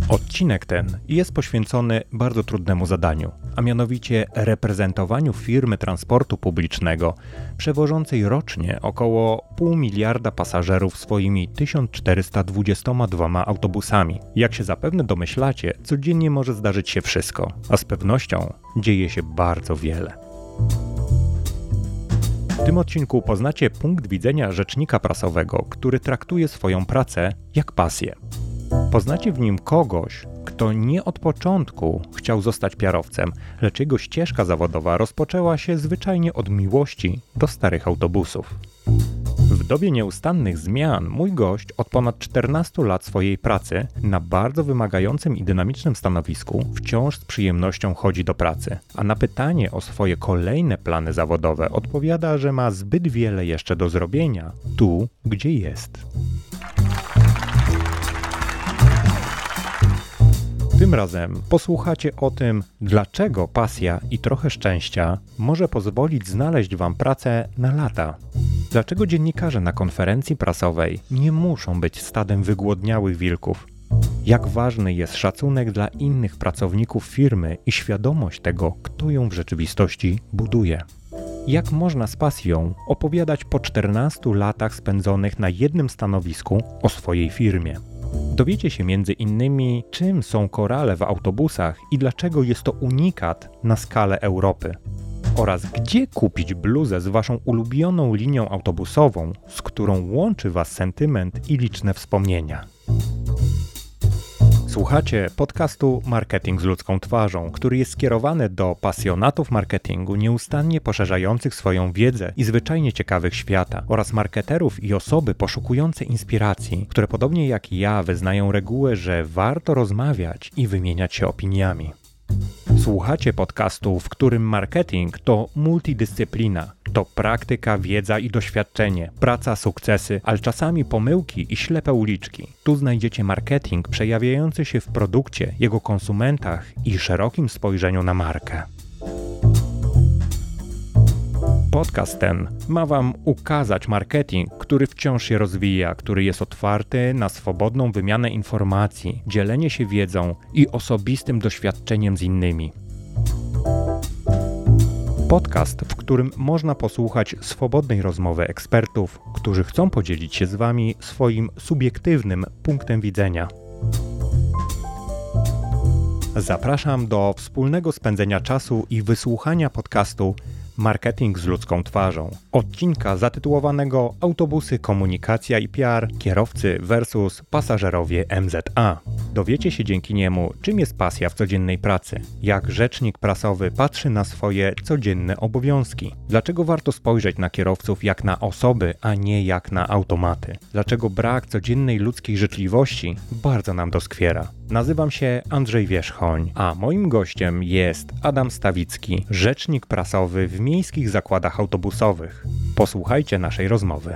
Odcinek ten jest poświęcony bardzo trudnemu zadaniu, a mianowicie reprezentowaniu firmy transportu publicznego, przewożącej rocznie około 0,5 miliarda pasażerów swoimi 1422 autobusami. Jak się zapewne domyślacie, codziennie może zdarzyć się wszystko, a z pewnością dzieje się bardzo wiele. W tym odcinku poznacie punkt widzenia rzecznika prasowego, który traktuje swoją pracę jak pasję. Poznacie w nim kogoś, kto nie od początku chciał zostać PR-owcem, lecz jego ścieżka zawodowa rozpoczęła się zwyczajnie od miłości do starych autobusów. W dobie nieustannych zmian mój gość od ponad 14 lat swojej pracy na bardzo wymagającym i dynamicznym stanowisku wciąż z przyjemnością chodzi do pracy, a na pytanie o swoje kolejne plany zawodowe odpowiada, że ma zbyt wiele jeszcze do zrobienia tu, gdzie jest. Tym razem posłuchacie o tym, dlaczego pasja i trochę szczęścia może pozwolić znaleźć Wam pracę na lata. Dlaczego dziennikarze na konferencji prasowej nie muszą być stadem wygłodniałych wilków. Jak ważny jest szacunek dla innych pracowników firmy i świadomość tego, kto ją w rzeczywistości buduje. Jak można z pasją opowiadać po 14 latach spędzonych na jednym stanowisku o swojej firmie. Dowiecie się między innymi, czym są korale w autobusach i dlaczego jest to unikat na skalę Europy. Oraz gdzie kupić bluzę z Waszą ulubioną linią autobusową, z którą łączy Was sentyment i liczne wspomnienia. Słuchacie podcastu Marketing z ludzką twarzą, który jest skierowany do pasjonatów marketingu nieustannie poszerzających swoją wiedzę i zwyczajnie ciekawych świata oraz marketerów i osoby poszukujące inspiracji, które podobnie jak ja wyznają regułę, że warto rozmawiać i wymieniać się opiniami. Słuchacie podcastu, w którym marketing to multidyscyplina, to praktyka, wiedza i doświadczenie, praca, sukcesy, ale czasami pomyłki i ślepe uliczki. Tu znajdziecie marketing przejawiający się w produkcie, jego konsumentach i szerokim spojrzeniu na markę. Podcast ten ma Wam ukazać marketing, który wciąż się rozwija, który jest otwarty na swobodną wymianę informacji, dzielenie się wiedzą i osobistym doświadczeniem z innymi. Podcast, w którym można posłuchać swobodnej rozmowy ekspertów, którzy chcą podzielić się z Wami swoim subiektywnym punktem widzenia. Zapraszam do wspólnego spędzenia czasu i wysłuchania podcastu Marketing z ludzką twarzą. Odcinka zatytułowanego Autobusy, komunikacja i PR, kierowcy versus pasażerowie MZA. Dowiecie się dzięki niemu, czym jest pasja w codziennej pracy, jak rzecznik prasowy patrzy na swoje codzienne obowiązki, dlaczego warto spojrzeć na kierowców jak na osoby, a nie jak na automaty, dlaczego brak codziennej ludzkiej życzliwości bardzo nam doskwiera. Nazywam się Andrzej Wierzchoń, a moim gościem jest Adam Stawicki, rzecznik prasowy w miejskich zakładach autobusowych. Posłuchajcie naszej rozmowy.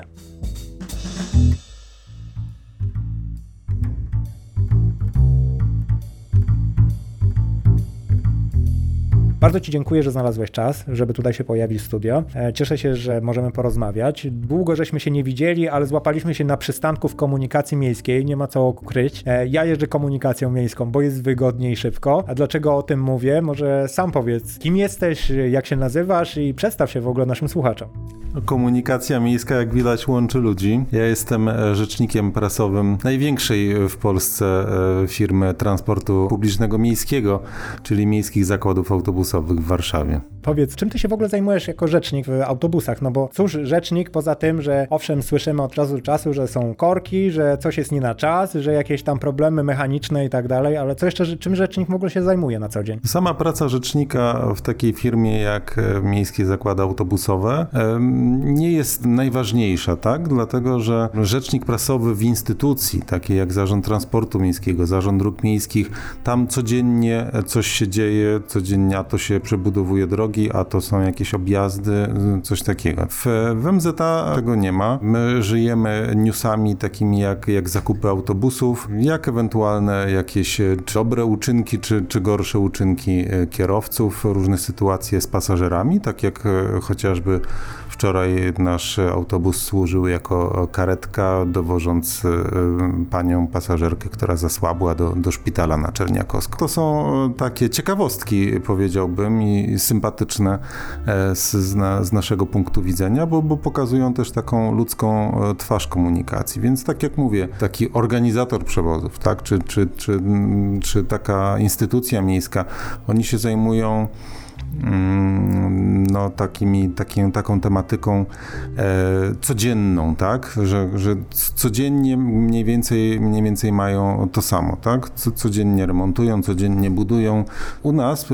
Bardzo Ci dziękuję, że znalazłeś czas, żeby tutaj się pojawić w studio. Cieszę się, że możemy porozmawiać. Długo żeśmy się nie widzieli, ale złapaliśmy się na przystanku w komunikacji miejskiej, nie ma co ukryć. Ja jeżdżę komunikacją miejską, bo jest wygodnie i szybko. A dlaczego o tym mówię? Może sam powiedz, kim jesteś, jak się nazywasz i przedstaw się w ogóle naszym słuchaczom. Komunikacja miejska, jak widać, łączy ludzi. Ja jestem rzecznikiem prasowym największej w Polsce firmy transportu publicznego miejskiego, czyli Miejskich Zakładów Autobusowych w Warszawie. Powiedz, czym ty się w ogóle zajmujesz jako rzecznik w autobusach? No bo cóż rzecznik poza tym, że owszem słyszymy od czasu do czasu, że są korki, że coś jest nie na czas, że jakieś tam problemy mechaniczne i tak dalej, ale co jeszcze, czym rzecznik w ogóle się zajmuje na co dzień? Sama praca rzecznika w takiej firmie jak Miejskie Zakłady Autobusowe nie jest najważniejsza, tak? Dlatego, że rzecznik prasowy w instytucji, takiej jak Zarząd Transportu Miejskiego, Zarząd Dróg Miejskich, tam codziennie coś się dzieje, codziennie to się przebudowuje drogi, a to są jakieś objazdy, coś takiego. W MZA tego nie ma. My żyjemy newsami takimi jak zakupy autobusów, jak ewentualne jakieś dobre uczynki, czy gorsze uczynki kierowców, różne sytuacje z pasażerami, tak jak chociażby wczoraj nasz autobus służył jako karetka, dowożąc panią pasażerkę, która zasłabła do szpitala na Czerniakowską. To są takie ciekawostki, powiedziałbym, i sympatyczne z naszego punktu widzenia, bo pokazują też taką ludzką twarz komunikacji. Więc tak jak mówię, taki organizator przewozów, tak, czy taka instytucja miejska, oni się zajmują taką tematyką codzienną, tak? Że codziennie mniej więcej mają to samo, tak? Codziennie remontują, codziennie budują. U nas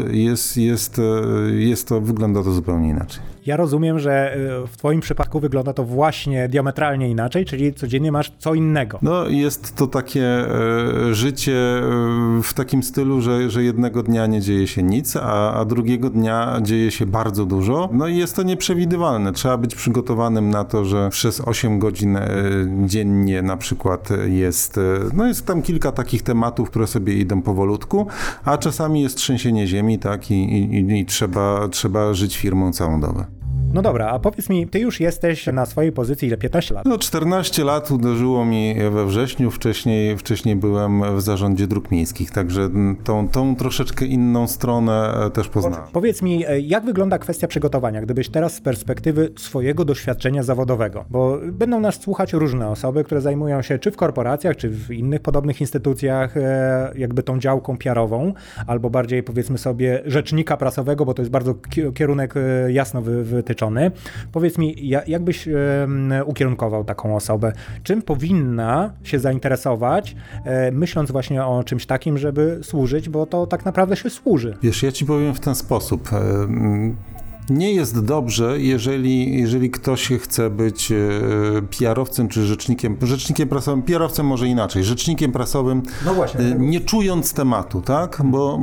wygląda to zupełnie inaczej. Ja rozumiem, że w twoim przypadku wygląda to właśnie diametralnie inaczej, czyli codziennie masz co innego. No jest to takie życie w takim stylu, że jednego dnia nie dzieje się nic, a drugiego dnia dzieje się bardzo dużo. No i jest to nieprzewidywalne. Trzeba być przygotowanym na to, że przez 8 godzin dziennie na przykład jest tam kilka takich tematów, które sobie idą powolutku, a czasami jest trzęsienie ziemi, tak, i trzeba żyć firmą całą dobę. No dobra, a powiedz mi, ty już jesteś na swojej pozycji ile? 15 lat? 14 lat uderzyło mi we wrześniu, wcześniej byłem w zarządzie dróg miejskich, także tą troszeczkę inną stronę też poznałem. Powiedz mi, jak wygląda kwestia przygotowania, gdybyś teraz z perspektywy swojego doświadczenia zawodowego, bo będą nas słuchać różne osoby, które zajmują się czy w korporacjach, czy w innych podobnych instytucjach jakby tą działką PR-ową, albo bardziej powiedzmy sobie rzecznika prasowego, bo to jest bardzo kierunek jasno wytyczony. Powiedz mi, jak byś ukierunkował taką osobę? Czym powinna się zainteresować, myśląc właśnie o czymś takim, żeby służyć, bo to tak naprawdę się służy? Wiesz, ja ci powiem w ten sposób. Nie jest dobrze, jeżeli ktoś chce być PR-owcem czy rzecznikiem prasowym, PR-owcem może inaczej, rzecznikiem prasowym, no właśnie, nie czując tematu, tak? Bo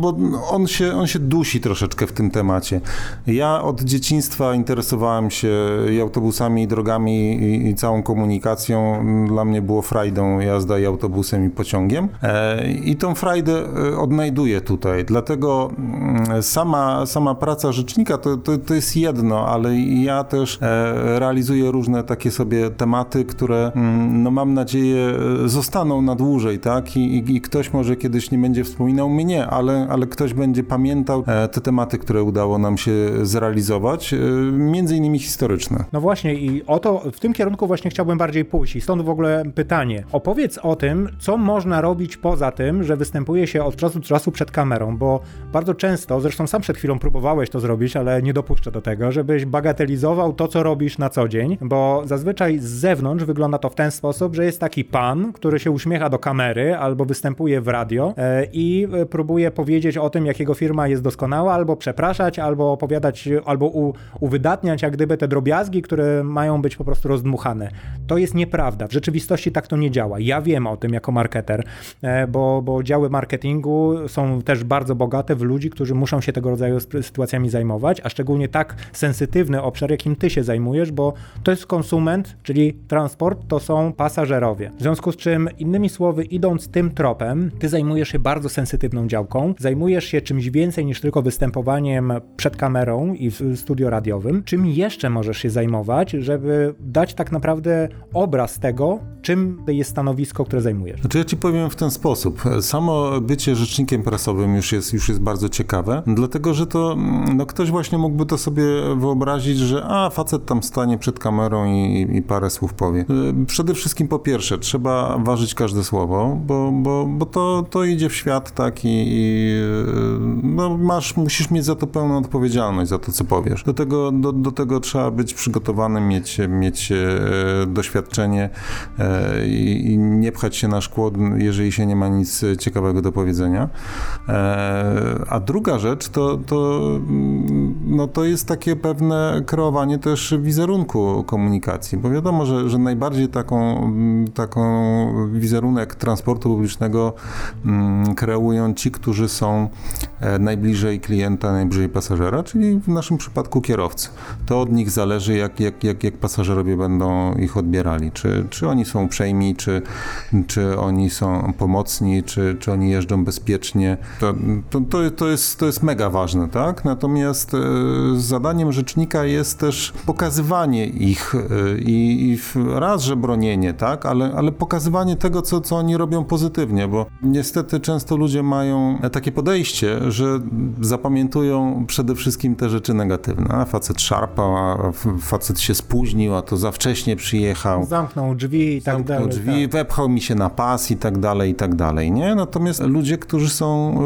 on się dusi troszeczkę w tym temacie. Ja od dzieciństwa interesowałem się i autobusami, i drogami, i całą komunikacją. Dla mnie było frajdą jazda i autobusem, i pociągiem. I tą frajdę odnajduję tutaj. Dlatego sama praca rzecznika to jest jedno, ale ja też realizuję różne takie sobie tematy, które mam nadzieję zostaną na dłużej, tak? I ktoś może kiedyś nie będzie wspominał mnie, ale ktoś będzie pamiętał te tematy, które udało nam się zrealizować, między innymi historyczne. No właśnie i w tym kierunku właśnie chciałbym bardziej pójść i stąd w ogóle pytanie. Opowiedz o tym, co można robić poza tym, że występuje się od czasu do czasu przed kamerą, bo bardzo często, zresztą sam przed chwilą próbowałeś to zrobić, ale nie dopuszczę do tego, żebyś bagatelizował to, co robisz na co dzień, bo zazwyczaj z zewnątrz wygląda to w ten sposób, że jest taki pan, który się uśmiecha do kamery albo występuje w radio i próbuje powiedzieć o tym, jak jego firma jest doskonała, albo przepraszać, albo opowiadać, albo uwydatniać jak gdyby te drobiazgi, które mają być po prostu rozdmuchane. To jest nieprawda. W rzeczywistości tak to nie działa. Ja wiem o tym jako marketer, bo działy marketingu są też bardzo bogate w ludzi, którzy muszą się tego rodzaju sytuacjami zajmować, a szczególnie tak sensitywny obszar, jakim ty się zajmujesz, bo to jest konsument, czyli transport, to są pasażerowie. W związku z czym, innymi słowy, idąc tym tropem, ty zajmujesz się bardzo sensytywną działką, zajmujesz się czymś więcej niż tylko występowaniem przed kamerą i w studio radiowym. Czym jeszcze możesz się zajmować, żeby dać tak naprawdę obraz tego, czym jest stanowisko, które zajmujesz? Znaczy ja ci powiem w ten sposób. Samo bycie rzecznikiem prasowym już jest bardzo ciekawe, dlatego, że to ktoś właśnie mógłby to sobie wyobrazić, że facet tam stanie przed kamerą i parę słów powie. Przede wszystkim po pierwsze, trzeba ważyć każde słowo, bo to idzie w świat, tak, musisz mieć za to pełną odpowiedzialność, za to, co powiesz. Do tego trzeba być przygotowanym, mieć doświadczenie i nie pchać się na szkło, jeżeli się nie ma nic ciekawego do powiedzenia. A druga rzecz to no to jest takie pewne kreowanie też wizerunku komunikacji, bo wiadomo, że najbardziej taką wizerunek transportu publicznego kreują ci, którzy są najbliżej klienta, najbliżej pasażera, czyli w naszym przypadku kierowcy. To od nich zależy, jak pasażerowie będą ich odbierali. Czy oni są uprzejmi, czy oni są pomocni, czy oni jeżdżą bezpiecznie. To jest mega ważne, tak? Natomiast zadaniem rzecznika jest też pokazywanie ich i raz, że bronienie, tak? Ale pokazywanie tego, co oni robią pozytywnie, bo niestety często ludzie mają takie podejście, że zapamiętują przede wszystkim te rzeczy negatywne. A facet szarpał, a facet się spóźnił, a to za wcześnie przyjechał. Zamknął drzwi i tak dalej. Zamknął drzwi, wepchał mi się na pas i tak dalej, nie? Natomiast ludzie, którzy są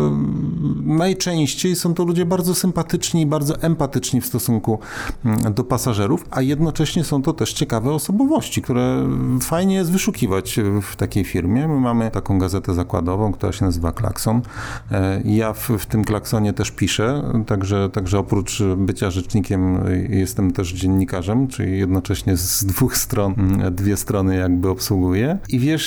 najczęściej są to ludzie bardzo sympatyczni i bardzo empatyczni w stosunku do pasażerów, a jednocześnie są to też ciekawe osobowości, które fajnie jest wyszukiwać w takiej firmie. My mamy taką gazetę zakładową, która się nazywa Klakson. Ja w tym Klaksonie też piszę, także oprócz bycia rzecznikiem jestem też dziennikarzem, czyli jednocześnie z dwie strony jakby obsługuję. I wiesz,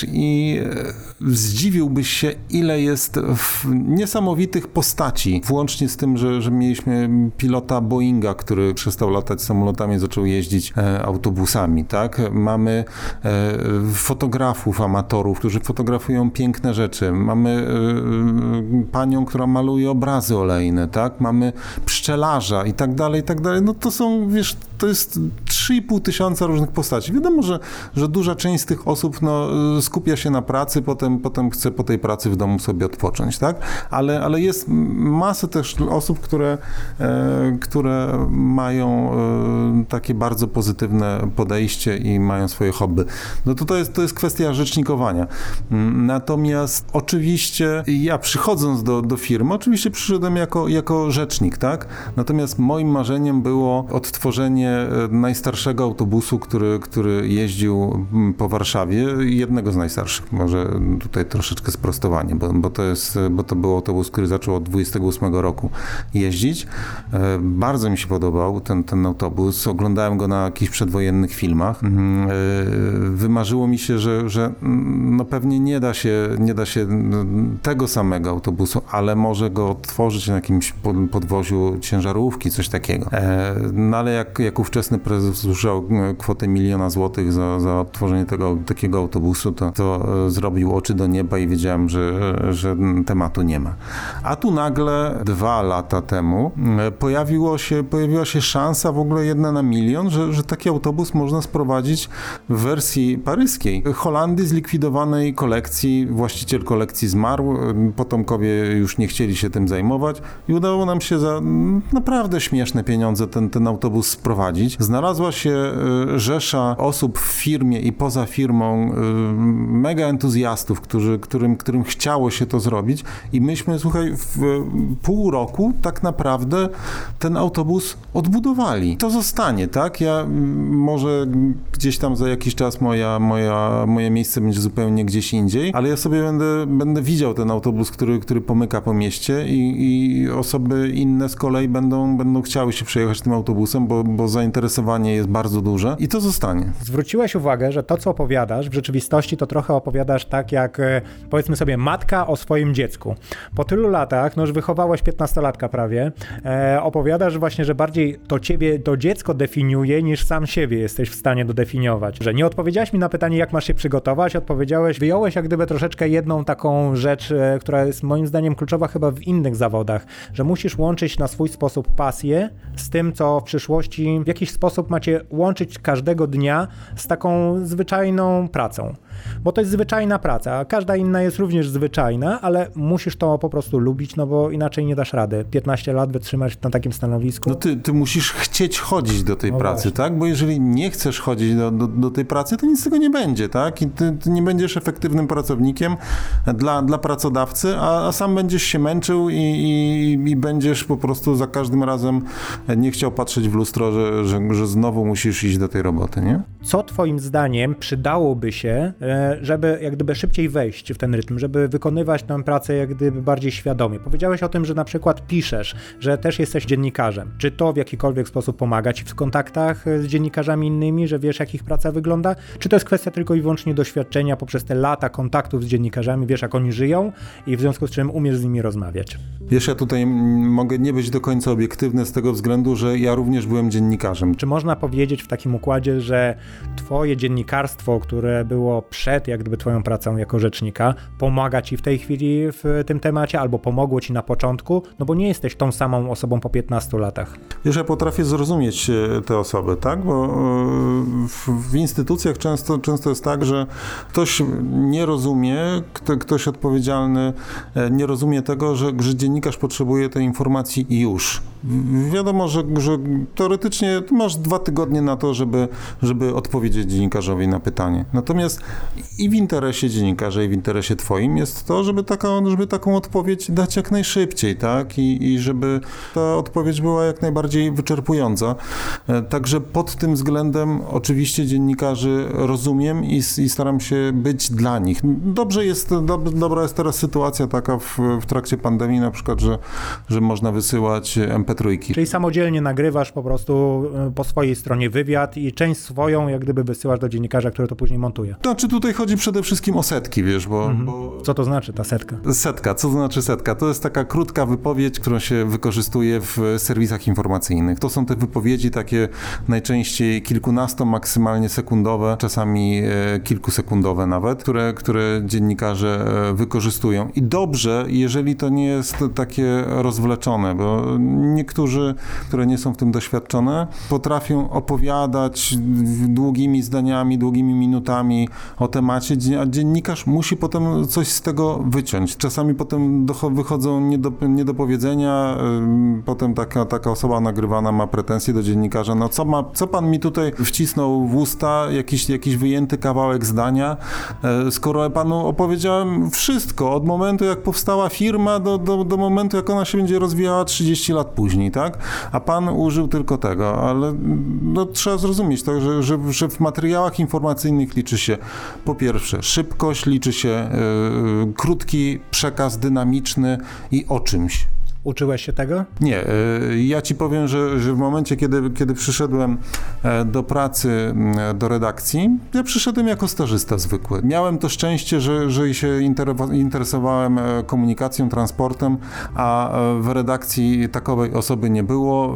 zdziwiłbyś się, ile jest niesamowitych postaci, włącznie z tym, że mieliśmy pilota Boeinga, który przestał latać samolotami, zaczął jeździć autobusami, tak? Mamy fotografów, amatorów, którzy fotografują piękne rzeczy. Mamy panią, która maluje obrazy olejne, tak? Mamy pszczelarza i tak dalej, i tak dalej. No to są, wiesz, to jest 3,5 tysiąca różnych postaci. Wiadomo, że duża część z tych osób skupia się na pracy, potem chce po tej pracy w domu sobie odpocząć, tak? Ale jest masę też osób, które mają takie bardzo pozytywne podejście i mają swoje hobby. No to jest kwestia rzecznikowania. Natomiast oczywiście ja przychodząc do firmy, oczywiście przyszedłem jako rzecznik, tak? Natomiast moim marzeniem było odtworzenie najstarszego autobusu, który jeździł po Warszawie, jednego z najstarszych, może tutaj troszeczkę sprostowanie, bo to był autobus, który zaczął od 28 roku jeździć. Bardzo mi się podobał ten autobus, oglądałem go na jakichś przedwojennych filmach. Wymarzyło mi się, że no pewnie nie da się tego samego autobusu, ale może go odtworzyć na jakimś podwoziu ciężarówki, coś takiego. No ale jak ówczesny prezes usłyszał kwotę 1 000 000 złotych za odtworzenie takiego autobusu, to zrobił oczy do nieba i wiedziałem, że tematu nie ma. A tu nagle 2 lata temu pojawiła się szansa w ogóle 1 na 1 000 000, że taki autobus można sprowadzić w wersji paryskiej. W Holandii zlikwidowanej kolekcji, właściciel kolekcji zmarł, potomkowie już nie chcieli się tym zajmować i udało nam się za naprawdę śmieszne pieniądze ten autobus sprowadzić. Znalazła się rzesza osób w firmie i poza firmą, mega entuzjastów, którym chciało się to zrobić i myśmy, słuchaj, w pół roku tak naprawdę ten autobus odbudowali. To zostanie, tak? Ja może gdzieś tam za jakiś czas moje miejsce będzie zupełnie gdzieś indziej, ale ja sobie będę widział ten autobus, który pomyka po mieście i osoby inne z kolei będą chciały się przejechać tym autobusem, bo zainteresowanie jest bardzo duże i to zostanie. Zwróciłeś uwagę, że to, co opowiadasz, w rzeczywistości to trochę opowiadasz tak jak, powiedzmy sobie, matka o swoim dziecku. Po tylu latach, no już wychowałeś 15-latka prawie, opowiadasz właśnie, że bardziej to ciebie to dziecko definiuje, niż sam siebie jesteś w stanie dodefiniować. Że nie odpowiedziałeś mi na pytanie, jak masz się przygotować, wyjąłeś jak gdyby troszeczkę jedną taką rzecz, która jest moim zdaniem kluczowa chyba w innych zawodach, że musisz łączyć na swój sposób pasję z tym, co w przyszłości w jakiś sposób macie łączyć każdego dnia z taką zwyczajną pracą. Bo to jest zwyczajna praca, każda inna jest również zwyczajna, ale musisz to po prostu lubić, no bo inaczej nie dasz rady. 15 lat wytrzymać na takim stanowisku. No ty musisz chcieć chodzić do tej pracy, właśnie. Tak? Bo jeżeli nie chcesz chodzić do tej pracy, to nic z tego nie będzie, tak? I ty nie będziesz efektywnym pracownikiem dla pracodawcy, a sam będziesz się męczył i będziesz po prostu za każdym razem nie chciał patrzeć w lustro, że znowu musisz iść do tej roboty, nie? Co twoim zdaniem przydałoby się żeby jak gdyby szybciej wejść w ten rytm, żeby wykonywać tę pracę jak gdyby bardziej świadomie. Powiedziałeś o tym, że na przykład piszesz, że też jesteś dziennikarzem. Czy to w jakikolwiek sposób pomaga ci w kontaktach z dziennikarzami innymi, że wiesz, jak ich praca wygląda? Czy to jest kwestia tylko i wyłącznie doświadczenia poprzez te lata kontaktów z dziennikarzami, wiesz, jak oni żyją i w związku z czym umiesz z nimi rozmawiać? Wiesz, ja tutaj mogę nie być do końca obiektywny z tego względu, że ja również byłem dziennikarzem. Czy można powiedzieć w takim układzie, że twoje dziennikarstwo, które było przed jak gdyby twoją pracą jako rzecznika, pomaga ci w tej chwili w tym temacie albo pomogło ci na początku, no bo nie jesteś tą samą osobą po 15 latach? Wiesz, ja potrafię zrozumieć te osoby, tak? Bo w instytucjach często jest tak, że ktoś nie rozumie, ktoś odpowiedzialny nie rozumie tego, że dziennikarz potrzebuje tej informacji i już. Wiadomo, że teoretycznie masz 2 tygodnie na to, żeby odpowiedzieć dziennikarzowi na pytanie. Natomiast i w interesie dziennikarza, i w interesie twoim jest to, żeby taką odpowiedź dać jak najszybciej, tak? I żeby ta odpowiedź była jak najbardziej wyczerpująca. Także pod tym względem oczywiście dziennikarzy rozumiem i staram się być dla nich. Dobra jest teraz sytuacja taka w trakcie pandemii na przykład, że można wysyłać MP3. Czyli samodzielnie nagrywasz po prostu po swojej stronie wywiad i część swoją jak gdyby wysyłasz do dziennikarza, który to później montuje. Znaczy tutaj chodzi przede wszystkim o setki, wiesz, bo... Co to znaczy ta setka? Setka, co to znaczy setka? To jest taka krótka wypowiedź, którą się wykorzystuje w serwisach informacyjnych. To są te wypowiedzi takie najczęściej kilkunasto, maksymalnie sekundowe, czasami kilkusekundowe nawet, które dziennikarze wykorzystują. I dobrze, jeżeli to nie jest takie rozwleczone, bo niektórzy, które nie są w tym doświadczone, potrafią opowiadać długimi zdaniami, długimi minutami o temacie, a dziennikarz musi potem coś z tego wyciąć. Czasami potem wychodzą niedopowiedzenia, potem taka osoba nagrywana ma pretensje do dziennikarza, no co pan mi tutaj wcisnął w usta, jakiś wyjęty kawałek zdania, skoro panu opowiedziałem wszystko, od momentu jak powstała firma do momentu jak ona się będzie rozwijała 30 lat później, tak? A pan użył tylko tego, ale no, trzeba zrozumieć to, że w materiałach informacyjnych liczy się po pierwsze szybkość, liczy się krótki przekaz dynamiczny i o czymś. Uczyłeś się tego? Nie. Ja ci powiem, że w momencie, kiedy przyszedłem do pracy, do redakcji, ja przyszedłem jako stażysta zwykły. Miałem to szczęście, że się interesowałem komunikacją, transportem, a w redakcji takowej osoby nie było,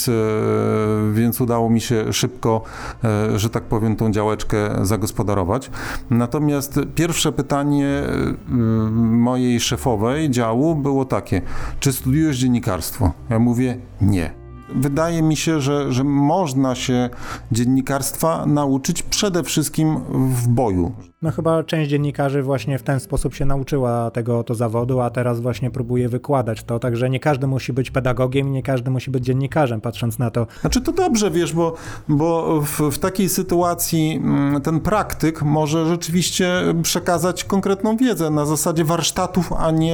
więc udało mi się szybko, że tak powiem, tą działeczkę zagospodarować. Natomiast pierwsze pytanie mojej szefowej działu było takie: czy studiujesz dziennikarstwo? Ja mówię nie. Wydaje mi się, że można się dziennikarstwa nauczyć przede wszystkim w boju. No chyba część dziennikarzy właśnie w ten sposób się nauczyła tego zawodu, a teraz właśnie próbuje wykładać to, także nie każdy musi być pedagogiem i nie każdy musi być dziennikarzem, patrząc na to. Znaczy to dobrze, wiesz, bo w takiej sytuacji ten praktyk może rzeczywiście przekazać konkretną wiedzę na zasadzie warsztatów,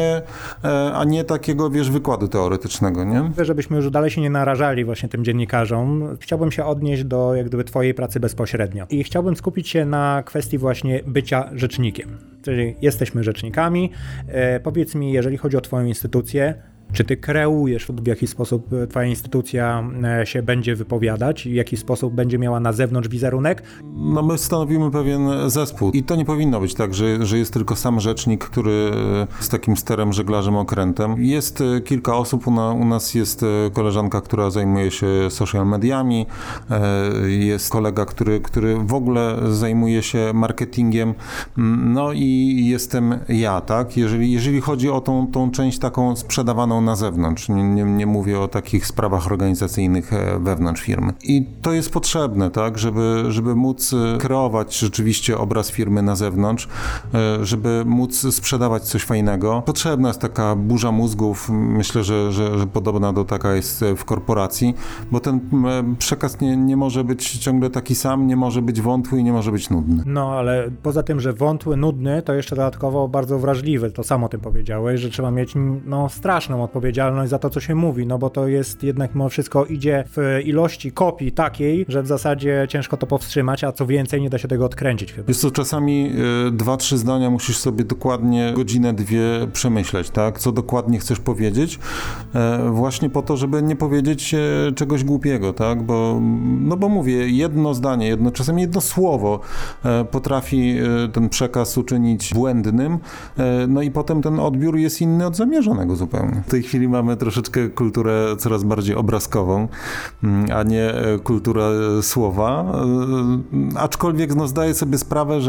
a nie takiego, wiesz, wykładu teoretycznego, nie? Żebyśmy już dalej się nie narażali właśnie tym dziennikarzom, chciałbym się odnieść do jak gdyby twojej pracy bezpośrednio i chciałbym skupić się na kwestii właśnie bycia rzecznikiem. Czyli jesteśmy rzecznikami. Powiedz mi, jeżeli chodzi o twoją instytucję, czy ty kreujesz, w jaki sposób twoja instytucja się będzie wypowiadać i w jaki sposób będzie miała na zewnątrz wizerunek? No my stanowimy pewien zespół i to nie powinno być tak, że jest tylko sam rzecznik, który z takim sterem, żeglarzem, okrętem. Jest kilka osób, u nas jest koleżanka, która zajmuje się social mediami, jest kolega, który w ogóle zajmuje się marketingiem, no i jestem ja, tak? Jeżeli chodzi o tą część taką sprzedawaną na zewnątrz. Nie mówię o takich sprawach organizacyjnych wewnątrz firmy. I to jest potrzebne, tak, żeby móc kreować rzeczywiście obraz firmy na zewnątrz, żeby móc sprzedawać coś fajnego. Potrzebna jest taka burza mózgów, myślę, że podobna do taka jest w korporacji, bo ten przekaz nie może być ciągle taki sam, nie może być wątły i nie może być nudny. No, ale poza tym, że wątły, nudny, to jeszcze dodatkowo bardzo wrażliwy. To samo o tym powiedziałeś, że trzeba mieć straszną odpowiedzialność za to, co się mówi, no bo to jest jednak mimo wszystko idzie w ilości kopii takiej, że w zasadzie ciężko to powstrzymać, a co więcej nie da się tego odkręcić chyba. Jest to czasami 2-3 zdania musisz sobie dokładnie godzinę, 2 przemyśleć, tak? Co dokładnie chcesz powiedzieć, właśnie po to, żeby nie powiedzieć czegoś głupiego, tak? Bo mówię, jedno zdanie, czasami jedno słowo potrafi ten przekaz uczynić błędnym, no i potem ten odbiór jest inny od zamierzonego zupełnie. W tej chwili mamy troszeczkę kulturę coraz bardziej obrazkową, a nie kulturę słowa, aczkolwiek zdaję sobie sprawę,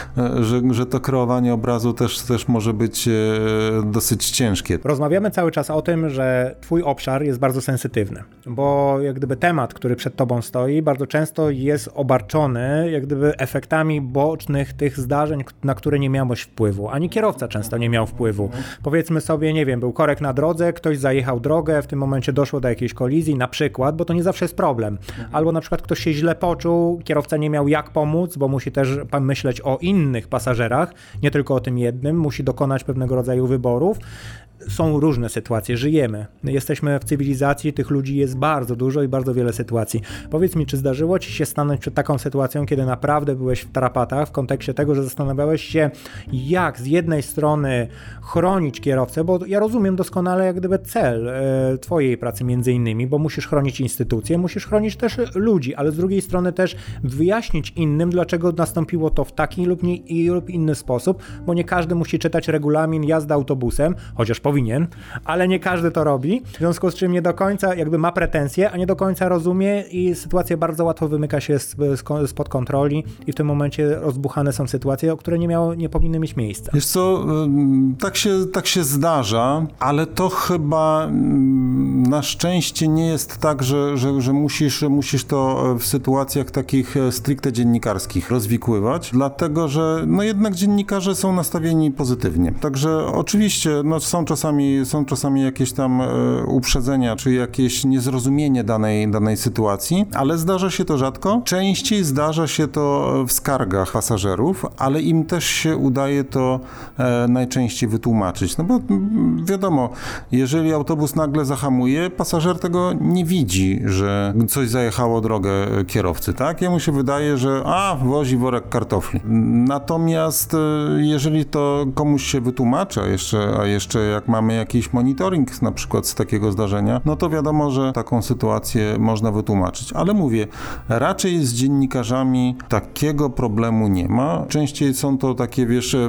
że to kreowanie obrazu też może być dosyć ciężkie. Rozmawiamy cały czas o tym, że twój obszar jest bardzo sensytywny, bo jak gdyby temat, który przed tobą stoi, bardzo często jest obarczony jak gdyby efektami bocznych tych zdarzeń, na które nie miałeś wpływu. Ani kierowca często nie miał wpływu. Powiedzmy sobie, nie wiem, był korek na drodze, ktoś zajechał drogę, w tym momencie doszło do jakiejś kolizji, na przykład, bo to nie zawsze jest problem. Albo na przykład ktoś się źle poczuł, kierowca nie miał jak pomóc, bo musi też myśleć o innych pasażerach, nie tylko o tym jednym, musi dokonać pewnego rodzaju wyborów. Są różne sytuacje, żyjemy. Jesteśmy w cywilizacji, tych ludzi jest bardzo dużo i bardzo wiele sytuacji. Powiedz mi, czy zdarzyło ci się stanąć przed taką sytuacją, kiedy naprawdę byłeś w tarapatach, w kontekście tego, że zastanawiałeś się, jak z jednej strony chronić kierowcę, bo ja rozumiem doskonale jak gdyby cel twojej pracy między innymi, bo musisz chronić instytucje, musisz chronić też ludzi, ale z drugiej strony też wyjaśnić innym, dlaczego nastąpiło to w taki lub inny sposób, bo nie każdy musi czytać regulamin jazdy autobusem, chociaż powinien, ale nie każdy to robi, w związku z czym nie do końca jakby ma pretensje, a nie do końca rozumie i sytuacja bardzo łatwo wymyka się spod kontroli i w tym momencie rozbuchane są sytuacje, które nie powinny mieć miejsca. Wiesz co, tak się zdarza, ale to chyba na szczęście nie jest tak, że musisz to w sytuacjach takich stricte dziennikarskich rozwikływać, dlatego że jednak dziennikarze są nastawieni pozytywnie. Także oczywiście są czasami jakieś tam uprzedzenia, czy jakieś niezrozumienie danej sytuacji, ale zdarza się to rzadko. Częściej zdarza się to w skargach pasażerów, ale im też się udaje to najczęściej wytłumaczyć. No bo wiadomo, jeżeli autobus nagle zahamuje, pasażer tego nie widzi, że coś zajechało drogę kierowcy, tak? Jemu się wydaje, że wozi worek kartofli. Natomiast jeżeli to komuś się wytłumacza, a jeszcze jak mamy jakiś monitoring na przykład z takiego zdarzenia, no to wiadomo, że taką sytuację można wytłumaczyć. Ale mówię, raczej z dziennikarzami takiego problemu nie ma. Częściej są to takie,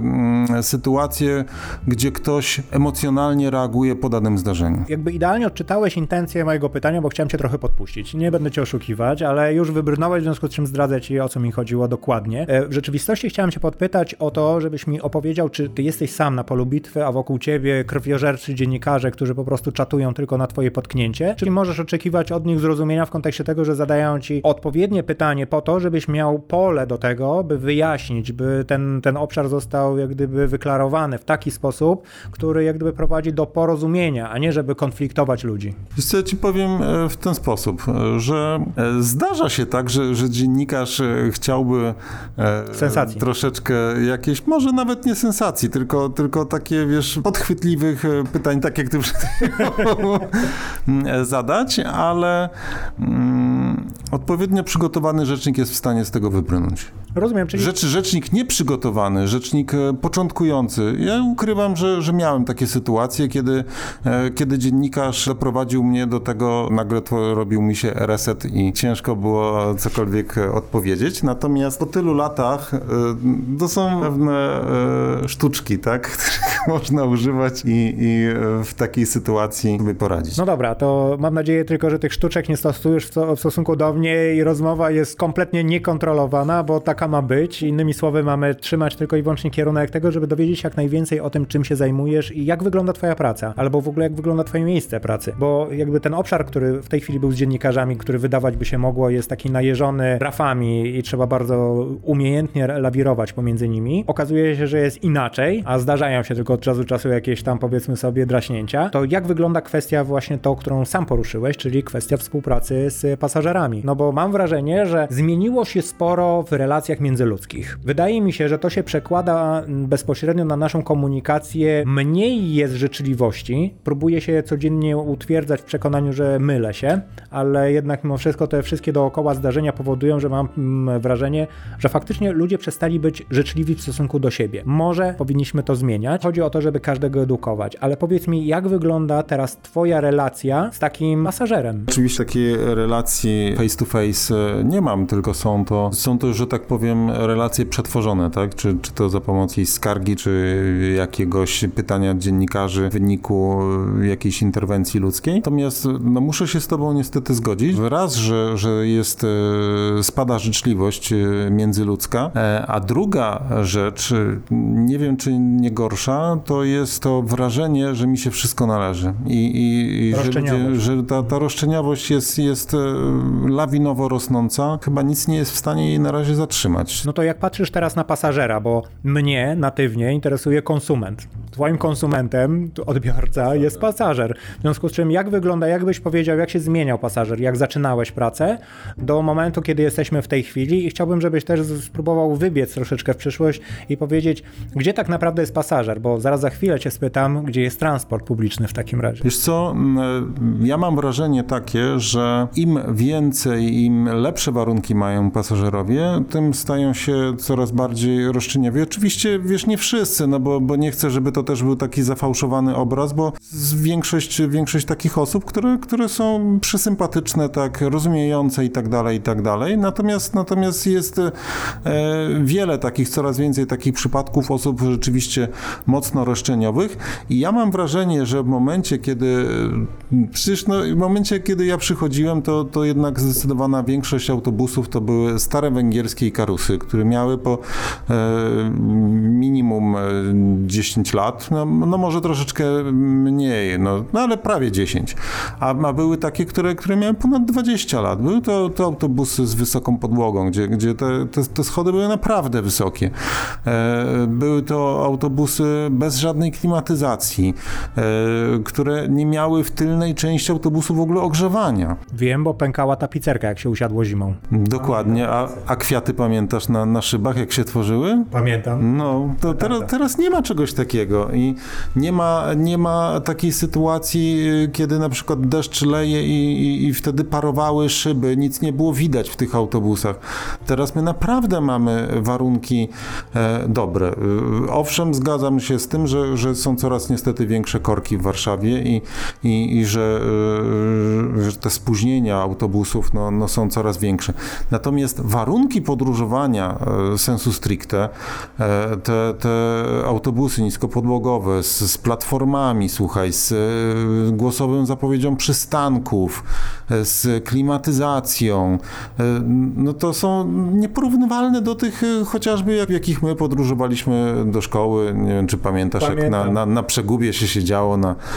sytuacje, gdzie ktoś emocjonalnie reaguje po danym zdarzeniu. Jakby idealnie odczytałeś intencję mojego pytania, bo chciałem cię trochę podpuścić. Nie będę cię oszukiwać, ale już wybrnąłeś, w związku z czym zdradzę ci, o co mi chodziło dokładnie. W rzeczywistości chciałem cię podpytać o to, żebyś mi opowiedział, czy ty jesteś sam na polu bitwy, a wokół ciebie krwiożerczy dziennikarze, którzy po prostu czatują tylko na twoje potknięcie, czyli możesz oczekiwać od nich zrozumienia w kontekście tego, że zadają ci odpowiednie pytanie po to, żebyś miał pole do tego, by wyjaśnić, by ten obszar został jak gdyby wyklarowany w taki sposób, który jak gdyby prowadzi do porozumienia, a nie żeby konfliktować ludzi. Wiesz co, ja ci powiem w ten sposób, że zdarza się tak, że dziennikarz chciałby sensacji. Troszeczkę jakieś, może nawet nie sensacji, tylko takie, podchwytliwych pytań, tak jak ty przed chwilą zadać, ale odpowiednio przygotowany rzecznik jest w stanie z tego wybrnąć. Rozumiem, czyli... Rzecznik nieprzygotowany, rzecznik początkujący. Ja ukrywam, że miałem takie sytuacje, kiedy dziennikarz doprowadził mnie do tego, nagle to robił mi się reset i ciężko było cokolwiek odpowiedzieć. Natomiast po tylu latach to są pewne sztuczki, tak, których można używać i w takiej sytuacji sobie poradzić. No dobra, to mam nadzieję tylko, że tych sztuczek nie stosujesz w stosunku do mnie i rozmowa jest kompletnie niekontrolowana, bo taka ma być. Innymi słowy, mamy trzymać tylko i wyłącznie kierunek tego, żeby dowiedzieć się jak najwięcej o tym, czym się zajmujesz i jak wygląda twoja praca, albo w ogóle jak wygląda twoje miejsce pracy, bo jakby ten obszar, który w tej chwili był z dziennikarzami, który wydawać by się mogło, jest taki najeżony rafami i trzeba bardzo umiejętnie lawirować pomiędzy nimi. Okazuje się, że jest inaczej, a zdarzają się tylko tylko od czasu do czasu jakieś tam, powiedzmy sobie, draśnięcia. To jak wygląda kwestia właśnie tą, którą sam poruszyłeś, czyli kwestia współpracy z pasażerami? No bo mam wrażenie, że zmieniło się sporo w relacjach międzyludzkich. Wydaje mi się, że to się przekłada bezpośrednio na naszą komunikację. Mniej jest życzliwości. Próbuję się codziennie utwierdzać w przekonaniu, że mylę się, ale jednak mimo wszystko te wszystkie dookoła zdarzenia powodują, że mam wrażenie, że faktycznie ludzie przestali być życzliwi w stosunku do siebie. Może powinniśmy to zmieniać. Chodzi o to, żeby każdego edukować, ale powiedz mi, jak wygląda teraz twoja relacja z takim pasażerem? Oczywiście takiej relacji face to face nie mam, tylko są to, że tak powiem, relacje przetworzone, tak? Czy to za pomocą jakiejś skargi, czy jakiegoś pytania dziennikarzy w wyniku jakiejś interwencji ludzkiej. Natomiast muszę się z tobą niestety zgodzić. Raz, że spada życzliwość międzyludzka, a druga rzecz, nie wiem czy nie gorsza, to jest to wrażenie, że mi się wszystko należy. I że ta roszczeniowość jest lawinowo rosnąca. Chyba nic nie jest w stanie jej na razie zatrzymać. No to jak patrzysz teraz na pasażera, bo mnie natywnie interesuje konsument. Twoim konsumentem, odbiorca jest pasażer. W związku z czym jak wygląda, jak byś powiedział, jak się zmieniał pasażer, jak zaczynałeś pracę do momentu, kiedy jesteśmy w tej chwili i chciałbym, żebyś też spróbował wybiec troszeczkę w przyszłość i powiedzieć, gdzie tak naprawdę jest pasażer, bo zaraz za chwilę cię spytam, gdzie jest transport publiczny w takim razie. Wiesz co, ja mam wrażenie takie, że im więcej, im lepsze warunki mają pasażerowie, tym stają się coraz bardziej roszczeniowi. Oczywiście, wiesz, nie wszyscy, no bo nie chcę, żeby to też był taki zafałszowany obraz, bo większość takich osób, które są przysympatyczne, tak, rozumiejące i tak dalej. Natomiast jest wiele takich, coraz więcej takich przypadków osób rzeczywiście mocno roszczeniowych i ja mam wrażenie, że w momencie, kiedy ja przychodziłem, to jednak zdecydowana większość autobusów to były stare węgierskie ikarusy, które miały po minimum 10 lat, no może troszeczkę mniej, no ale prawie 10. A były takie, które miały ponad 20 lat. Były to autobusy z wysoką podłogą, gdzie te schody były naprawdę wysokie. Były to autobusy bez żadnej klimatyzacji, które nie miały w tylnej części autobusu w ogóle ogrzewania. Wiem, bo pękała tapicerka, jak się usiadło zimą. Dokładnie. A kwiaty pamiętasz na szybach, jak się tworzyły? Pamiętam. No, to teraz nie ma czegoś takiego i nie ma takiej sytuacji, kiedy na przykład deszcz leje i wtedy parowały szyby, nic nie było widać w tych autobusach. Teraz my naprawdę mamy warunki dobre. Owszem, zgadzam się z tym, że są coraz niestety większe korki w Warszawie i że te spóźnienia autobusów są coraz większe. Natomiast warunki podróżowania sensu stricte, te autobusy niskopodłogowe z platformami, słuchaj, z głosową zapowiedzią przystanków, z klimatyzacją, no to są nieporównywalne do tych chociażby, w jakich my podróżowaliśmy do szkoły. Nie wiem, czy pamiętasz, jak na przegubie się siedziało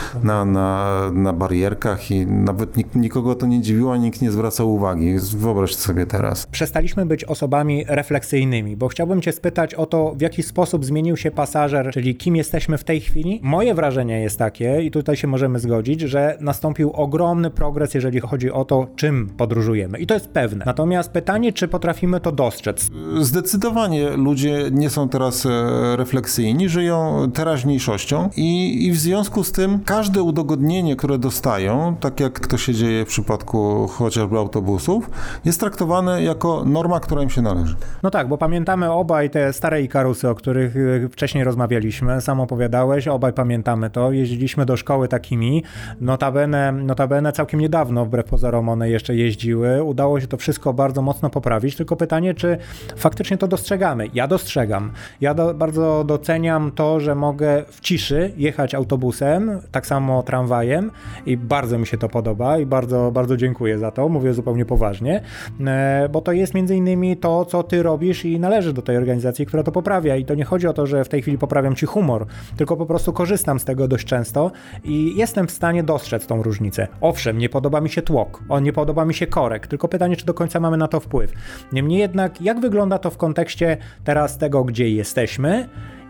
na barierkach i nawet nikogo to nie dziwiło, nikt nie zwracał uwagi. Wyobraź sobie teraz. Przestaliśmy być osobami refleksyjnymi, bo chciałbym cię spytać o to, w jaki sposób zmienił się pasażer, czyli kim jesteśmy w tej chwili. Moje wrażenie jest takie, i tutaj się możemy zgodzić, że nastąpił ogromny progres, jeżeli chodzi o to, czym podróżujemy. I to jest pewne. Natomiast pytanie, czy potrafimy to dostrzec? Zdecydowanie ludzie nie są teraz refleksyjni, żyją teraźniejszością i w związku z tym każde udogodnienie, które dostają, tak jak to się dzieje w przypadku chociażby autobusów, jest traktowane jako norma, która im się należy. No tak, bo pamiętamy obaj te stare ikarusy, o których wcześniej rozmawialiśmy, sam opowiadałeś, obaj pamiętamy to, jeździliśmy do szkoły takimi, notabene całkiem niedawno, wbrew pozorom one jeszcze jeździły, udało się to wszystko bardzo mocno poprawić, tylko pytanie, czy faktycznie to dostrzegamy. Ja dostrzegam. Ja bardzo doceniam to, że mogę w ciszy jechać autobusem, tak samo tramwajem i bardzo mi się to podoba i bardzo, bardzo dziękuję za to, mówię zupełnie poważnie, bo to jest między innymi to, co ty robisz i należy do tej organizacji, która to poprawia i to nie chodzi o to, że w tej chwili poprawiam ci humor, tylko po prostu korzystam z tego dość często i jestem w stanie dostrzec tą różnicę. Owszem, nie podoba mi się tłok, nie podoba mi się korek, tylko pytanie, czy do końca mamy na to wpływ. Niemniej jednak, jak wygląda to w kontekście teraz tego, gdzie jesteśmy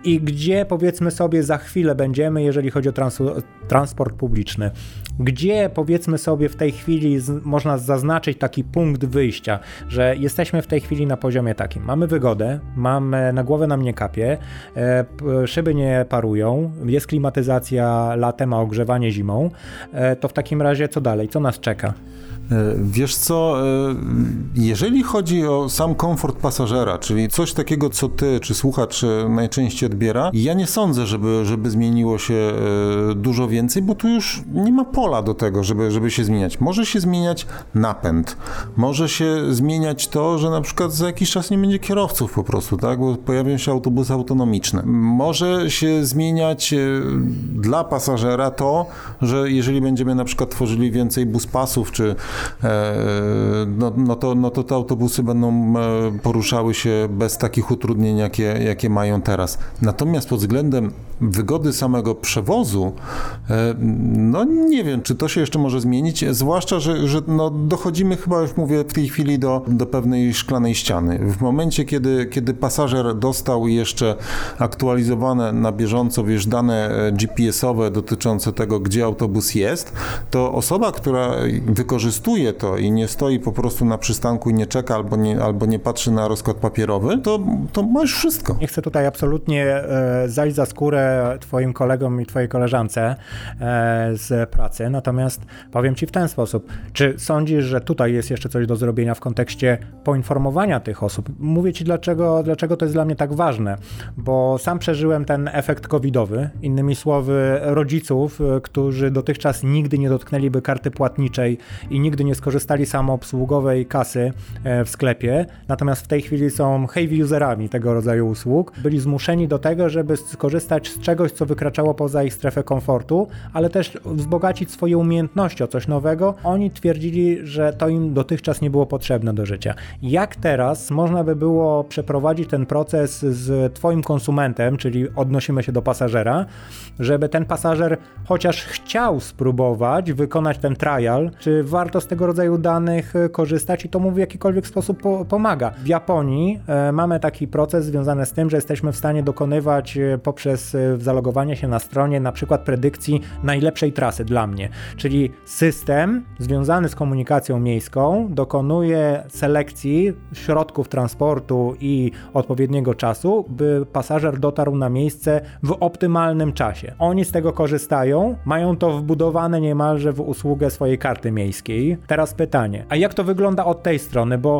i gdzie, powiedzmy sobie, za chwilę będziemy, jeżeli chodzi o transport publiczny. Gdzie, powiedzmy sobie, w tej chwili można zaznaczyć taki punkt wyjścia, że jesteśmy w tej chwili na poziomie takim. Mamy wygodę, na głowę nam nie kapie, szyby nie parują, jest klimatyzacja latem, a ogrzewanie zimą, to w takim razie co dalej? Co nas czeka? Wiesz co, jeżeli chodzi o sam komfort pasażera, czyli coś takiego, co ty czy słuchacz najczęściej odbiera, ja nie sądzę, żeby zmieniło się dużo więcej, bo tu już nie ma pola do tego, żeby się zmieniać. Może się zmieniać napęd, może się zmieniać to, że na przykład za jakiś czas nie będzie kierowców po prostu, tak, bo pojawią się autobusy autonomiczne. Może się zmieniać dla pasażera to, że jeżeli będziemy na przykład tworzyli więcej buspasów, czy no to te autobusy będą poruszały się bez takich utrudnień, jakie mają teraz. Natomiast pod względem wygody samego przewozu, no nie wiem, czy to się jeszcze może zmienić, zwłaszcza, że no dochodzimy chyba, już mówię, w tej chwili do pewnej szklanej ściany. W momencie, kiedy pasażer dostał jeszcze aktualizowane na bieżąco, wiesz, dane GPS-owe dotyczące tego, gdzie autobus jest, to osoba, która wykorzystuje to i nie stoi po prostu na przystanku i nie czeka albo nie patrzy na rozkład papierowy, to ma już wszystko. Nie chcę tutaj absolutnie zajść za skórę twoim kolegom i twojej koleżance z pracy, natomiast powiem ci w ten sposób. Czy sądzisz, że tutaj jest jeszcze coś do zrobienia w kontekście poinformowania tych osób? Mówię ci, dlaczego to jest dla mnie tak ważne, bo sam przeżyłem ten efekt covidowy, innymi słowy rodziców, którzy dotychczas nigdy nie dotknęliby karty płatniczej i nigdy nie skorzystali samoobsługowej kasy w sklepie, natomiast w tej chwili są heavy userami tego rodzaju usług, byli zmuszeni do tego, żeby skorzystać z czegoś, co wykraczało poza ich strefę komfortu, ale też wzbogacić swoje umiejętności o coś nowego. Oni twierdzili, że to im dotychczas nie było potrzebne do życia. Jak teraz można by było przeprowadzić ten proces z twoim konsumentem, czyli odnosimy się do pasażera, żeby ten pasażer chociaż chciał spróbować wykonać ten trial, czy warto z tego rodzaju danych korzystać i to mu w jakikolwiek sposób pomaga. W Japonii mamy taki proces związany z tym, że jesteśmy w stanie dokonywać poprzez zalogowanie się na stronie na przykład predykcji najlepszej trasy dla mnie. Czyli system związany z komunikacją miejską dokonuje selekcji środków transportu i odpowiedniego czasu, by pasażer dotarł na miejsce w optymalnym czasie. Oni z tego korzystają, mają to wbudowane niemalże w usługę swojej karty miejskiej. Teraz pytanie, a jak to wygląda od tej strony, bo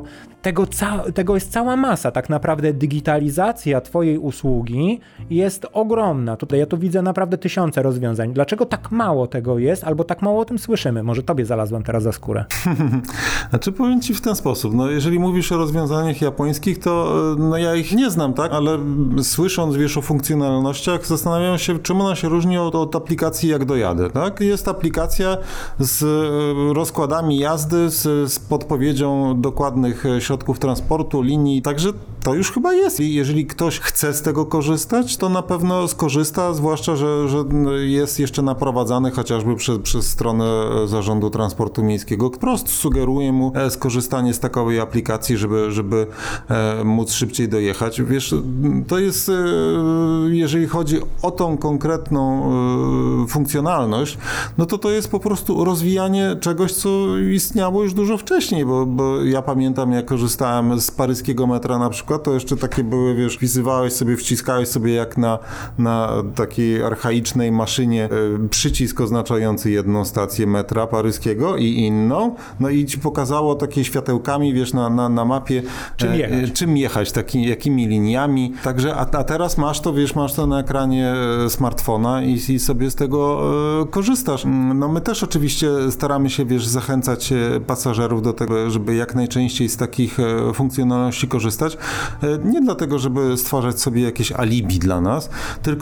tego jest cała masa, tak naprawdę digitalizacja twojej usługi jest ogromna. Tutaj ja tu widzę naprawdę tysiące rozwiązań. Dlaczego tak mało tego jest, albo tak mało o tym słyszymy? Może tobie znalazłem teraz za skórę. Znaczy powiem ci w ten sposób, no jeżeli mówisz o rozwiązaniach japońskich, to no ja ich nie znam, tak, ale słysząc, wiesz, o funkcjonalnościach, zastanawiam się, czym ona się różni od aplikacji Jak dojadę, tak? Jest aplikacja z rozkładami jazdy, z podpowiedzią dokładnych środków transportu, linii, także to już chyba jest. I jeżeli ktoś chce z tego korzystać, to na pewno skorzysta, zwłaszcza, że jest jeszcze naprowadzany chociażby przez stronę Zarządu Transportu Miejskiego. Wprost sugeruje mu skorzystanie z takowej aplikacji, żeby móc szybciej dojechać. Wiesz, to jest, jeżeli chodzi o tą konkretną funkcjonalność, no to jest po prostu rozwijanie czegoś, co istniało już dużo wcześniej, bo ja pamiętam, jak korzystałem z paryskiego metra na przykład, to jeszcze takie były, wiesz, wciskałeś sobie jak na takiej archaicznej maszynie przycisk oznaczający jedną stację metra paryskiego i inną, no i ci pokazało takie światełkami, wiesz, na mapie czym jechać jakimi liniami, także a teraz masz to na ekranie smartfona i sobie z tego korzystasz. No my też oczywiście staramy się, wiesz, zachęcać pasażerów do tego, żeby jak najczęściej z takich funkcjonalności korzystać. Nie dlatego, żeby stwarzać sobie jakieś alibi dla nas, tylko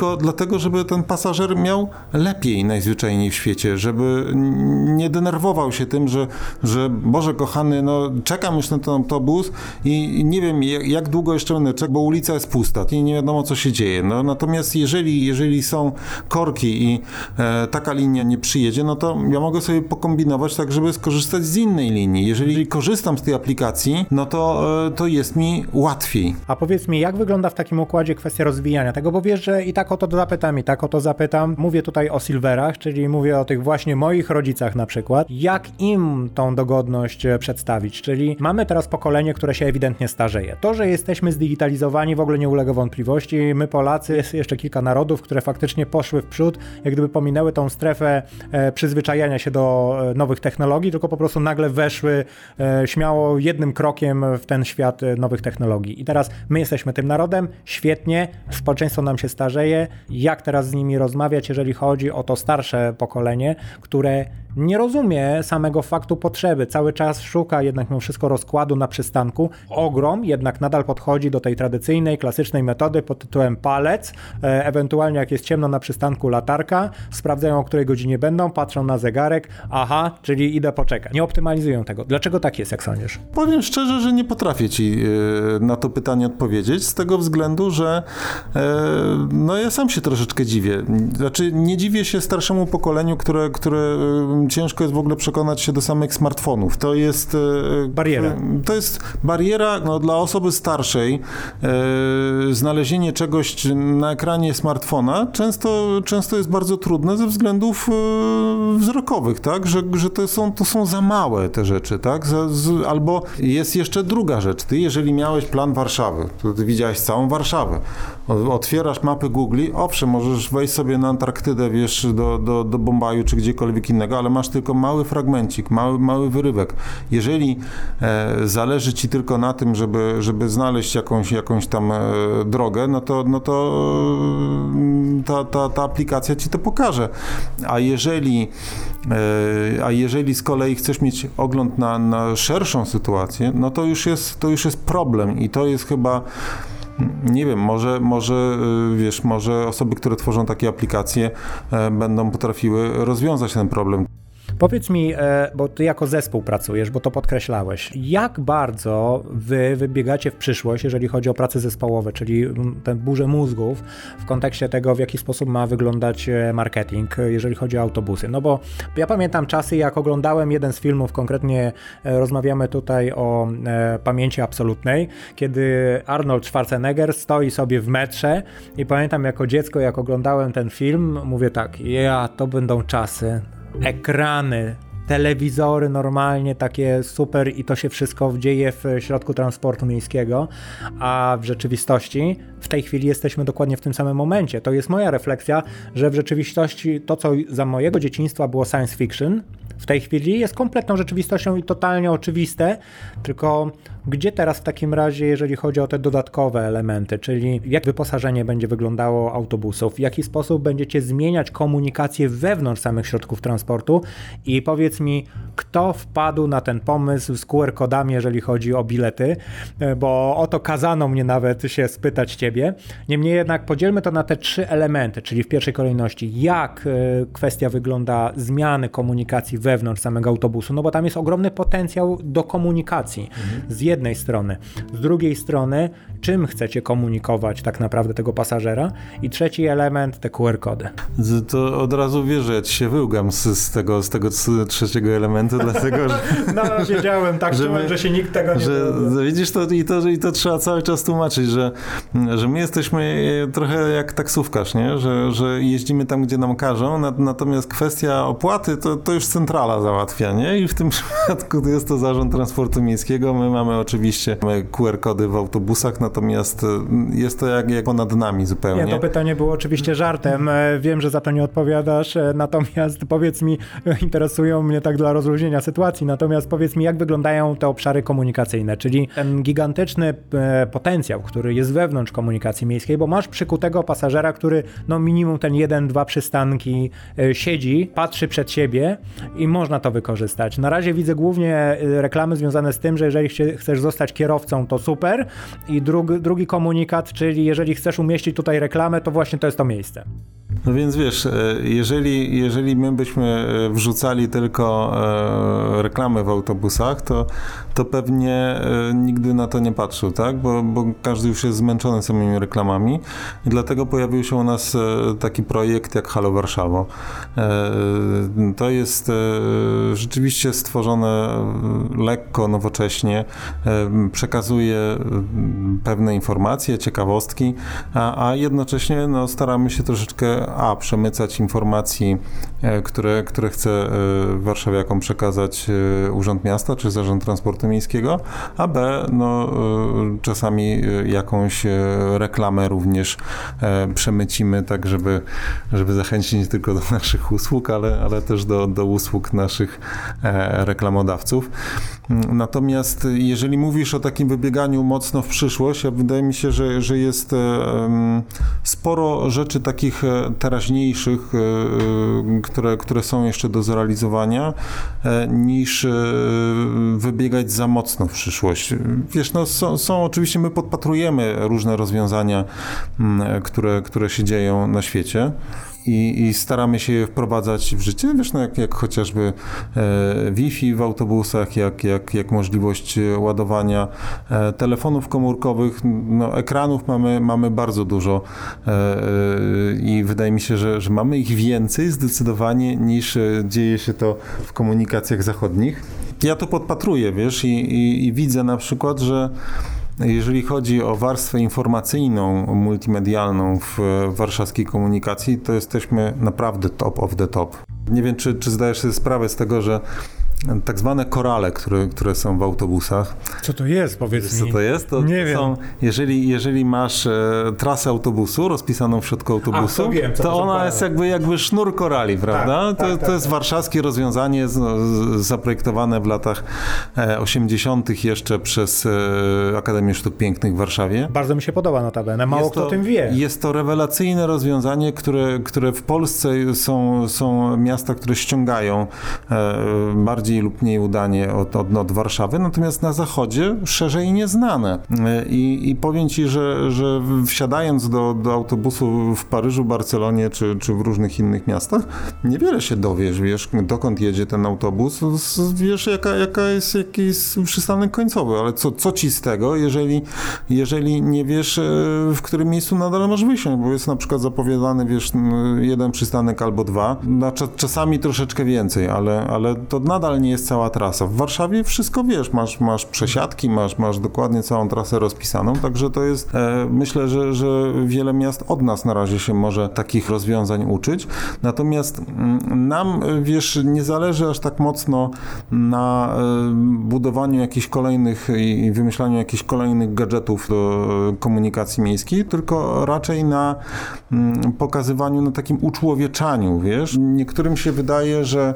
tylko dlatego, żeby ten pasażer miał lepiej najzwyczajniej w świecie, żeby nie denerwował się tym, że Boże kochany, no czekam już na ten autobus i nie wiem jak długo jeszcze będę czekał, bo ulica jest pusta i nie wiadomo co się dzieje. No, natomiast jeżeli są korki i taka linia nie przyjedzie, no to ja mogę sobie pokombinować tak, żeby skorzystać z innej linii. Jeżeli korzystam z tej aplikacji, no to jest mi łatwiej. A powiedz mi, jak wygląda w takim układzie kwestia rozwijania tego, bo wiesz, że i tak o to zapytam, i tak o to zapytam. Mówię tutaj o silverach, czyli mówię o tych właśnie moich rodzicach na przykład. Jak im tą dogodność przedstawić? Czyli mamy teraz pokolenie, które się ewidentnie starzeje. To, że jesteśmy zdigitalizowani, w ogóle nie ulega wątpliwości. My Polacy, jest jeszcze kilka narodów, które faktycznie poszły w przód, jak gdyby pominęły tą strefę przyzwyczajania się do nowych technologii, tylko po prostu nagle weszły śmiało jednym krokiem w ten świat nowych technologii. I teraz my jesteśmy tym narodem, świetnie, społeczeństwo nam się starzeje. Jak teraz z nimi rozmawiać, jeżeli chodzi o to starsze pokolenie, które nie rozumie samego faktu potrzeby, cały czas szuka jednak mimo wszystko rozkładu na przystanku. Ogrom jednak nadal podchodzi do tej tradycyjnej, klasycznej metody pod tytułem palec, ewentualnie jak jest ciemno na przystanku latarka, sprawdzają o której godzinie będą, patrzą na zegarek, aha, czyli idę poczekać. Nie optymalizują tego. Dlaczego tak jest, jak sądzisz? Powiem szczerze, że nie potrafię ci na to pytanie odpowiedzieć, z tego względu, że no ja sam się troszeczkę dziwię. Znaczy nie dziwię się starszemu pokoleniu, które ciężko jest w ogóle przekonać się do samych smartfonów. To jest bariera. To jest bariera dla osoby starszej. Znalezienie czegoś na ekranie smartfona często jest bardzo trudne ze względów wzrokowych, tak? Że to są za małe te rzeczy, tak? Albo jest jeszcze druga rzecz. Ty, jeżeli miałeś plan Warszawy, to ty widziałeś całą Warszawę. Otwierasz mapy Google, owszem, możesz wejść sobie na Antarktydę, wiesz, do Bombaju czy gdziekolwiek innego, ale masz tylko mały fragmencik, mały wyrywek. Jeżeli zależy ci tylko na tym, żeby znaleźć jakąś tam drogę, no to ta aplikacja ci to pokaże. A jeżeli z kolei chcesz mieć ogląd na szerszą sytuację, no to już jest problem i to jest chyba, nie wiem, może osoby, które tworzą takie aplikacje, będą potrafiły rozwiązać ten problem. Powiedz mi, bo ty jako zespół pracujesz, bo to podkreślałeś, jak bardzo wy wybiegacie w przyszłość, jeżeli chodzi o prace zespołowe, czyli tę burzę mózgów w kontekście tego, w jaki sposób ma wyglądać marketing, jeżeli chodzi o autobusy. No bo ja pamiętam czasy, jak oglądałem jeden z filmów, konkretnie rozmawiamy tutaj o Pamięci Absolutnej, kiedy Arnold Schwarzenegger stoi sobie w metrze i pamiętam jako dziecko, jak oglądałem ten film, mówię tak, to będą czasy. Ekrany, telewizory normalnie takie super i to się wszystko dzieje w środku transportu miejskiego, a w rzeczywistości w tej chwili jesteśmy dokładnie w tym samym momencie. To jest moja refleksja, że w rzeczywistości to, co za mojego dzieciństwa było science fiction, w tej chwili jest kompletną rzeczywistością i totalnie oczywiste, tylko gdzie teraz w takim razie, jeżeli chodzi o te dodatkowe elementy, czyli jak wyposażenie będzie wyglądało autobusów, w jaki sposób będziecie zmieniać komunikację wewnątrz samych środków transportu i powiedz mi, kto wpadł na ten pomysł z QR-kodami, jeżeli chodzi o bilety, bo o to kazano mnie nawet się spytać ciebie. Niemniej jednak podzielmy to na te 3 elementy, czyli w pierwszej kolejności jak kwestia wygląda zmiany komunikacji wewnątrz samego autobusu, no bo tam jest ogromny potencjał do komunikacji z jednej strony. Z drugiej strony, czym chcecie komunikować tak naprawdę tego pasażera? I trzeci element, te QR-kody. To od razu wiesz, że ja ci się wyłgam z tego trzeciego elementu, dlatego, że... No, wiedziałem, tak czułem, że się nikt tego nie... Widzisz, to trzeba cały czas tłumaczyć, że my jesteśmy trochę jak taksówkarz, nie? Że jeździmy tam, gdzie nam każą, natomiast kwestia opłaty to już centrala załatwia, nie? I w tym przypadku jest to Zarząd Transportu Miejskiego. My mamy oczywiście QR-kody w autobusach, natomiast jest to jak ponad nami zupełnie. Nie, to pytanie było oczywiście żartem. Wiem, że za to nie odpowiadasz, natomiast powiedz mi, interesują mnie tak dla rozluźnienia sytuacji, natomiast powiedz mi, jak wyglądają te obszary komunikacyjne, czyli ten gigantyczny potencjał, który jest wewnątrz komunikacji miejskiej, bo masz przykutego pasażera, który minimum ten 1-2 przystanki siedzi, patrzy przed siebie i można to wykorzystać. Na razie widzę głównie reklamy związane z tym, że jeżeli chcesz chcesz zostać kierowcą, to super. I drugi komunikat, czyli jeżeli chcesz umieścić tutaj reklamę, to właśnie to jest to miejsce. No więc wiesz, jeżeli my byśmy wrzucali tylko reklamy w autobusach, to pewnie nigdy na to nie patrzył, tak? Bo każdy już jest zmęczony samymi reklamami i dlatego pojawił się u nas taki projekt jak Halo Warszawo. To jest rzeczywiście stworzone lekko, nowocześnie, przekazuje pewne informacje, ciekawostki, a jednocześnie staramy się troszeczkę przemycać informacji, które chce warszawiakom przekazać Urząd Miasta czy Zarząd Transportu Miejskiego, a B, czasami jakąś reklamę również przemycimy, tak żeby zachęcić nie tylko do naszych usług, ale też do usług naszych reklamodawców. Natomiast jeżeli mówisz o takim wybieganiu mocno w przyszłość, wydaje mi się, że jest sporo rzeczy takich teraźniejszych, które są jeszcze do zrealizowania, niż wybiegać za mocno w przyszłość. Wiesz, są oczywiście, my podpatrujemy różne rozwiązania, które się dzieją na świecie. I staramy się je wprowadzać w życie, wiesz, jak chociażby Wi-Fi w autobusach, jak możliwość ładowania telefonów komórkowych, ekranów mamy bardzo dużo i wydaje mi się, że mamy ich więcej zdecydowanie niż dzieje się to w komunikacjach zachodnich. Ja to podpatruję, wiesz, i widzę na przykład, że jeżeli chodzi o warstwę informacyjną, multimedialną w warszawskiej komunikacji, to jesteśmy naprawdę top of the top. Nie wiem, czy zdajesz sobie sprawę z tego, że tak zwane korale, które są w autobusach. Co to jest, powiedz mi? Co to jest? Nie wiem. Jeżeli masz trasę autobusu rozpisaną w środku autobusu, to ona jest jakby sznur korali, prawda? To jest warszawskie rozwiązanie zaprojektowane w latach 80. jeszcze przez Akademię Sztuk Pięknych w Warszawie. Bardzo mi się podoba notabene, mało kto o tym wie. Jest to rewelacyjne rozwiązanie, które w Polsce są miasta, które ściągają bardziej lub mniej udanie od Warszawy, natomiast na zachodzie szerzej nieznane. I powiem ci, że wsiadając do autobusu w Paryżu, Barcelonie czy w różnych innych miastach, niewiele się dowiesz, wiesz, dokąd jedzie ten autobus, wiesz, jaki jest przystanek końcowy, ale co ci z tego, jeżeli nie wiesz, w którym miejscu nadal masz wysiąść, bo jest na przykład zapowiadany, wiesz, jeden przystanek albo dwa, czasami troszeczkę więcej, ale to nadal nie jest cała trasa. W Warszawie wszystko wiesz, masz przesiadki, masz dokładnie całą trasę rozpisaną, także to jest, myślę, że wiele miast od nas na razie się może takich rozwiązań uczyć. Natomiast nam, wiesz, nie zależy aż tak mocno na budowaniu jakichś kolejnych i wymyślaniu jakichś kolejnych gadżetów do komunikacji miejskiej, tylko raczej na pokazywaniu, na takim uczłowieczaniu, wiesz. Niektórym się wydaje, że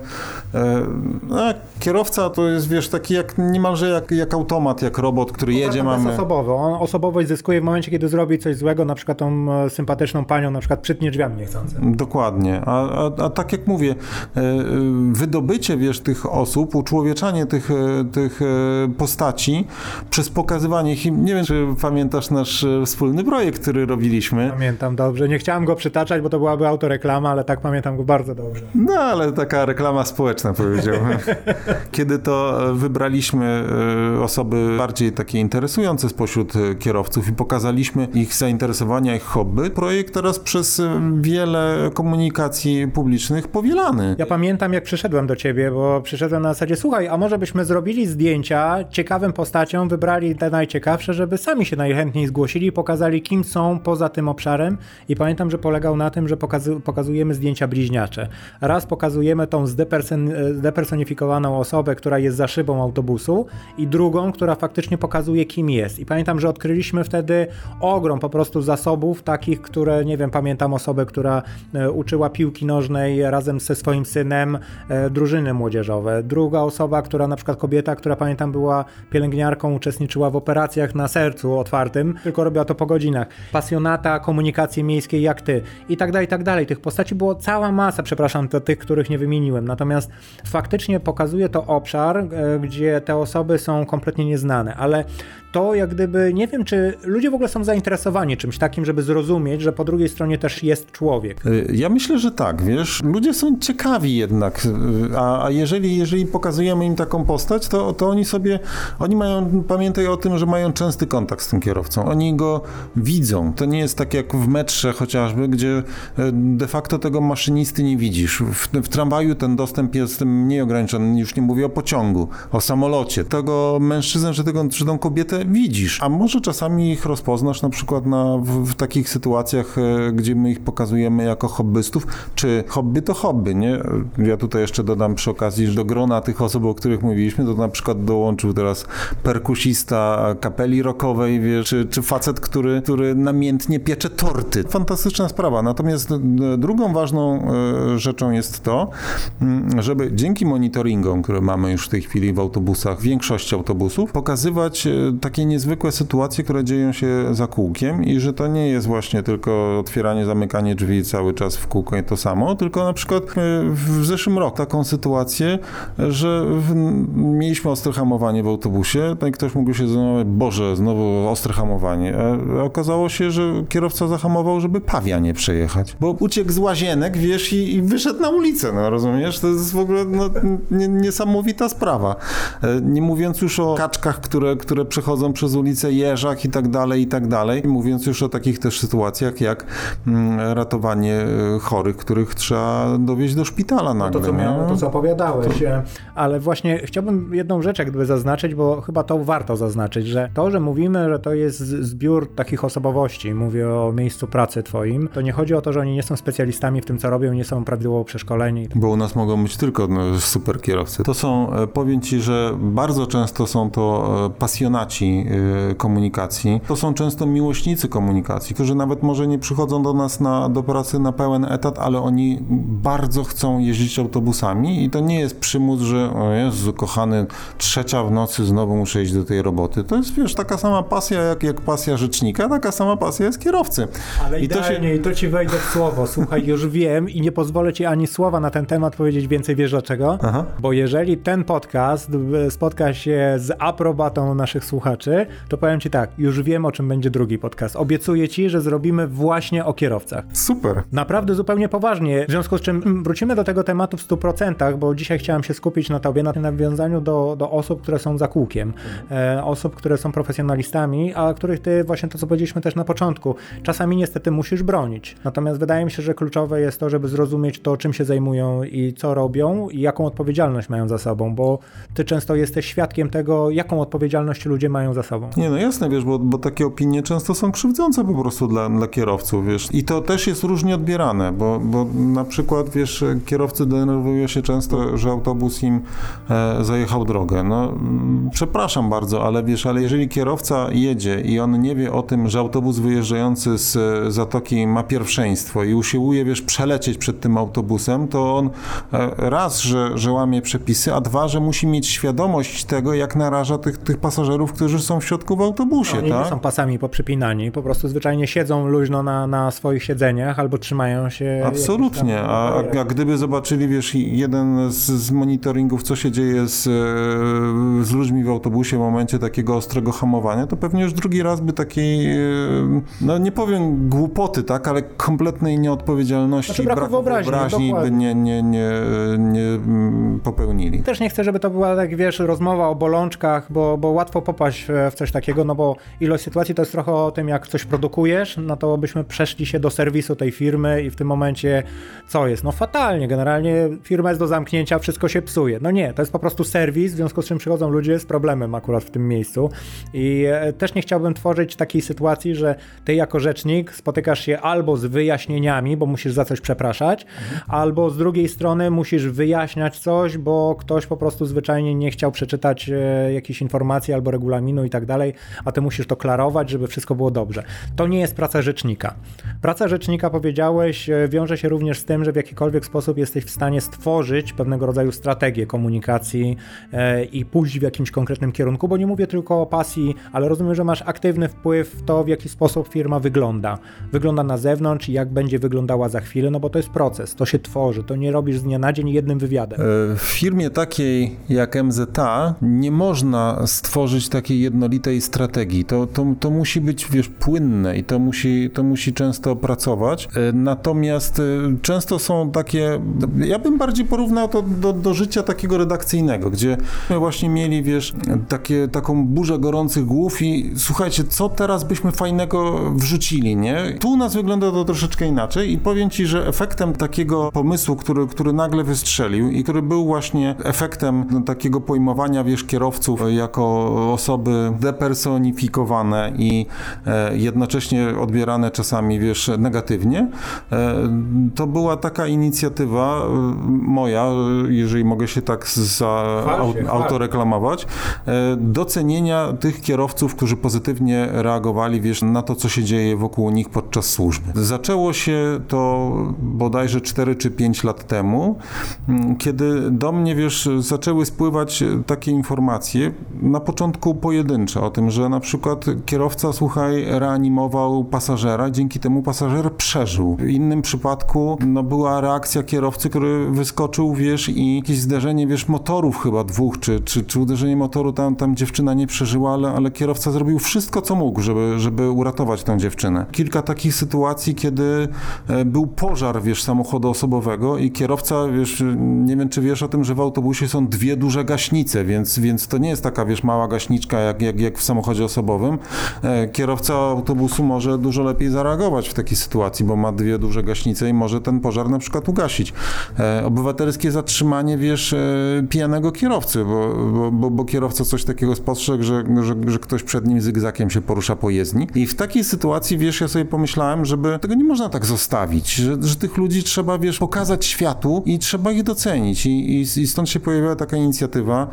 kierowca to jest, wiesz, taki niemalże jak automat, jak robot, który jedzie, mamy... Osobowy. On osobowość zyskuje w momencie, kiedy zrobi coś złego, na przykład tą sympatyczną panią, na przykład przytnie drzwiami niechcący. Dokładnie. A tak jak mówię, wydobycie, wiesz, tych osób, uczłowieczanie tych postaci przez pokazywanie ich. Nie wiem, czy pamiętasz nasz wspólny projekt, który robiliśmy. Pamiętam dobrze. Nie chciałem go przytaczać, bo to byłaby autoreklama, ale tak pamiętam go bardzo dobrze. No, ale taka reklama społeczna, powiedziałbym. Kiedy to wybraliśmy osoby bardziej takie interesujące spośród kierowców i pokazaliśmy ich zainteresowania, ich hobby, projekt teraz przez wiele komunikacji publicznych powielany. Ja pamiętam, jak przyszedłem do ciebie, bo przyszedłem na zasadzie, słuchaj, a może byśmy zrobili zdjęcia ciekawym postaciom, wybrali te najciekawsze, żeby sami się najchętniej zgłosili i pokazali, kim są poza tym obszarem. I pamiętam, że polegał na tym, że pokazujemy zdjęcia bliźniacze. Raz pokazujemy tą zdepersonifikowaną osobę, która jest za szybą autobusu i drugą, która faktycznie pokazuje, kim jest. I pamiętam, że odkryliśmy wtedy ogrom po prostu zasobów takich, które, nie wiem, pamiętam osobę, która uczyła piłki nożnej razem ze swoim synem drużyny młodzieżowe. Druga osoba, która na przykład kobieta, która pamiętam była pielęgniarką, uczestniczyła w operacjach na sercu otwartym, tylko robiła to po godzinach. Pasjonata komunikacji miejskiej jak ty. I tak dalej, i tak dalej. Tych postaci było cała masa, przepraszam, to tych, których nie wymieniłem. Natomiast faktycznie pokazuje to obszar, gdzie te osoby są kompletnie nieznane, ale to jak gdyby, nie wiem, czy ludzie w ogóle są zainteresowani czymś takim, żeby zrozumieć, że po drugiej stronie też jest człowiek. Ja myślę, że tak, wiesz, ludzie są ciekawi jednak, a jeżeli pokazujemy im taką postać, to oni mają, pamiętaj o tym, że mają częsty kontakt z tym kierowcą, oni go widzą, to nie jest tak jak w metrze chociażby, gdzie de facto tego maszynisty nie widzisz. W tramwaju ten dostęp jest mniej ograniczony, już nie mówię o pociągu, o samolocie. Tego mężczyznę czy tą kobietę widzisz, a może czasami ich rozpoznasz na przykład w takich sytuacjach, gdzie my ich pokazujemy jako hobbystów, czy hobby to hobby, nie? Ja tutaj jeszcze dodam przy okazji, że do grona tych osób, o których mówiliśmy, to na przykład dołączył teraz perkusista kapeli rockowej, wiesz, czy facet, który namiętnie piecze torty. Fantastyczna sprawa. Natomiast drugą ważną rzeczą jest to, żeby dzięki monitoringom, które mamy już w tej chwili w autobusach, w większości autobusów, pokazywać takie niezwykłe sytuacje, które dzieją się za kółkiem i że to nie jest właśnie tylko otwieranie, zamykanie drzwi cały czas w kółko i to samo, tylko na przykład w zeszłym roku taką sytuację, że mieliśmy ostre hamowanie w autobusie, no i ktoś mógł się zastanowić, Boże, znowu ostre hamowanie. A okazało się, że kierowca zahamował, żeby pawia nie przejechać, bo uciekł z łazienek, wiesz, i wyszedł na ulicę, no rozumiesz? To jest w ogóle niesamowita sprawa. Nie mówiąc już o kaczkach, które przechodzą przez ulicę, jeżach i tak dalej. Mówiąc już o takich też sytuacjach, jak ratowanie chorych, których trzeba dowieźć do szpitala nagle. To co opowiadałeś, ale właśnie chciałbym jedną rzecz jak gdyby zaznaczyć, bo chyba to warto zaznaczyć, że to, że mówimy, że to jest zbiór takich osobowości, mówię o miejscu pracy twoim, to nie chodzi o to, że oni nie są specjalistami w tym, co robią, nie są prawidłowo przeszkoleni. Bo u nas mogą być tylko super kierowcy. To są, powiem ci, że bardzo często są to pasjonaci komunikacji. To są często miłośnicy komunikacji, którzy nawet może nie przychodzą do nas do pracy na pełen etat, ale oni bardzo chcą jeździć autobusami i to nie jest przymus, że o Jezu, kochany, 3:00 w nocy znowu muszę iść do tej roboty. To jest, wiesz, taka sama pasja jak pasja rzecznika, taka sama pasja jest kierowcy. Ale i to ci wejdę w słowo. Słuchaj, już wiem i nie pozwolę ci ani słowa na ten temat powiedzieć więcej. Wiesz dlaczego? Aha. Bo jeżeli ten podcast spotka się z aprobatą naszych słuchaczy, to powiem ci tak, już wiem, o czym będzie drugi podcast. Obiecuję ci, że zrobimy właśnie o kierowcach. Super. Naprawdę zupełnie poważnie. W związku z czym wrócimy do tego tematu w 100%, bo dzisiaj chciałem się skupić na tobie, na tym nawiązaniu do osób, które są za kółkiem. Osób, które są profesjonalistami, a których ty właśnie to, co powiedzieliśmy też na początku, czasami niestety musisz bronić. Natomiast wydaje mi się, że kluczowe jest to, żeby zrozumieć to, czym się zajmują i co robią i jaką odpowiedzialność mają za sobą, bo ty często jesteś świadkiem tego, jaką odpowiedzialność ludzie mają za sobą. Nie, no jasne, wiesz, bo takie opinie często są krzywdzące po prostu dla kierowców, wiesz. I to też jest różnie odbierane, bo na przykład, wiesz, kierowcy denerwują się często, że autobus im zajechał drogę. No, przepraszam bardzo, ale wiesz, jeżeli kierowca jedzie i on nie wie o tym, że autobus wyjeżdżający z zatoki ma pierwszeństwo i usiłuje, wiesz, przelecieć przed tym autobusem, to on raz, że łamie przepisy, a dwa, że musi mieć świadomość tego, jak naraża tych pasażerów, którzy są w środku w autobusie. Oni tak? nie są pasami poprzypinani, po prostu zwyczajnie siedzą luźno na swoich siedzeniach albo trzymają się... Absolutnie, a gdyby zobaczyli, wiesz, jeden z monitoringów, co się dzieje z ludźmi w autobusie w momencie takiego ostrego hamowania, to pewnie już drugi raz by takiej, no nie powiem głupoty, tak, ale kompletnej nieodpowiedzialności, braku wyobraźni by nie popełnili. Też nie chcę, żeby to była, tak wiesz, rozmowa o bolączkach, bo łatwo popaść w coś takiego, no bo ilość sytuacji to jest trochę o tym, jak coś produkujesz, no to byśmy przeszli się do serwisu tej firmy i w tym momencie co jest? No fatalnie, generalnie firma jest do zamknięcia, wszystko się psuje. No nie, to jest po prostu serwis, w związku z czym przychodzą ludzie z problemem akurat w tym miejscu i też nie chciałbym tworzyć takiej sytuacji, że ty jako rzecznik spotykasz się albo z wyjaśnieniami, bo musisz za coś przepraszać, albo z drugiej strony musisz wyjaśniać coś, bo ktoś po prostu zwyczajnie nie chciał przeczytać jakiejś informacji albo regulaminu i tak dalej, a ty musisz to klarować, żeby wszystko było dobrze. To nie jest praca rzecznika. Praca rzecznika, powiedziałeś, wiąże się również z tym, że w jakikolwiek sposób jesteś w stanie stworzyć pewnego rodzaju strategię komunikacji i pójść w jakimś konkretnym kierunku, bo nie mówię tylko o pasji, ale rozumiem, że masz aktywny wpływ w to, w jaki sposób firma wygląda. Wygląda na zewnątrz i jak będzie wyglądała za chwilę, no bo to jest proces, to się tworzy, to nie robisz z dnia na dzień jednym wywiadem. firmie takiej jak MZA nie można stworzyć takiej jednolitej strategii. To musi być, wiesz, płynne i to musi często pracować. Natomiast często są takie, ja bym bardziej porównał to do życia takiego redakcyjnego, gdzie my właśnie mieli, wiesz, taką burzę gorących głów i słuchajcie, co teraz byśmy fajnego wrzucili, nie? Tu u nas wygląda to troszeczkę inaczej i powiem ci, że efektem takiego pomysłu, który nagle wystrzelił i który był właśnie efektem takiego pojmowania, wiesz, kierowców jako osoby depersonifikowane i jednocześnie odbierane czasami, wiesz, negatywnie, to była taka inicjatywa moja, jeżeli mogę się tak autoreklamować, docenienia tych kierowców, którzy pozytywnie reagowali, wiesz, na to, co się dzieje wokół nich podczas służby. Zaczęło się to bodajże 4 czy 5 lat temu, kiedy do mnie, wiesz, zaczęły spływać takie informacje, na początku pojedyncze, o tym, że na przykład kierowca, słuchaj, reanimował pasażera, dzięki temu pasażer przeżył. W innym przypadku, była reakcja kierowcy, który wyskoczył, wiesz, i jakieś zderzenie, wiesz, motorów chyba dwóch, czy uderzenie motoru, tam dziewczyna nie przeżyła, ale kierowca zrobił wszystko, co mógł, żeby uratować tę dziewczynę. Kilka takich sytuacji, kiedy był pożar, wiesz, samochodu osobowego i kierowca, wiesz, nie wiem, czy wiesz o tym, że w autobusie są 2 duże gaśnice, więc to nie jest taka, wiesz, mała gaśniczka jak w samochodzie osobowym. Kierowca autobusu może dużo lepiej zareagować w takiej sytuacji, bo ma 2 duże gaśnice i może ten pożar na przykład ugasić. Obywatelskie zatrzymanie, wiesz, pijanego kierowcy, bo kierowca coś takiego spostrzegł, że ktoś przed nim zygzakiem się porusza po jezdni. I w takiej sytuacji, wiesz, ja sobie pomyślałem, żeby tego nie można tak zostawić, że tych ludzi trzeba, wiesz, pokazać światu i trzeba ich docenić. I stąd się pojawiła taka inicjatywa,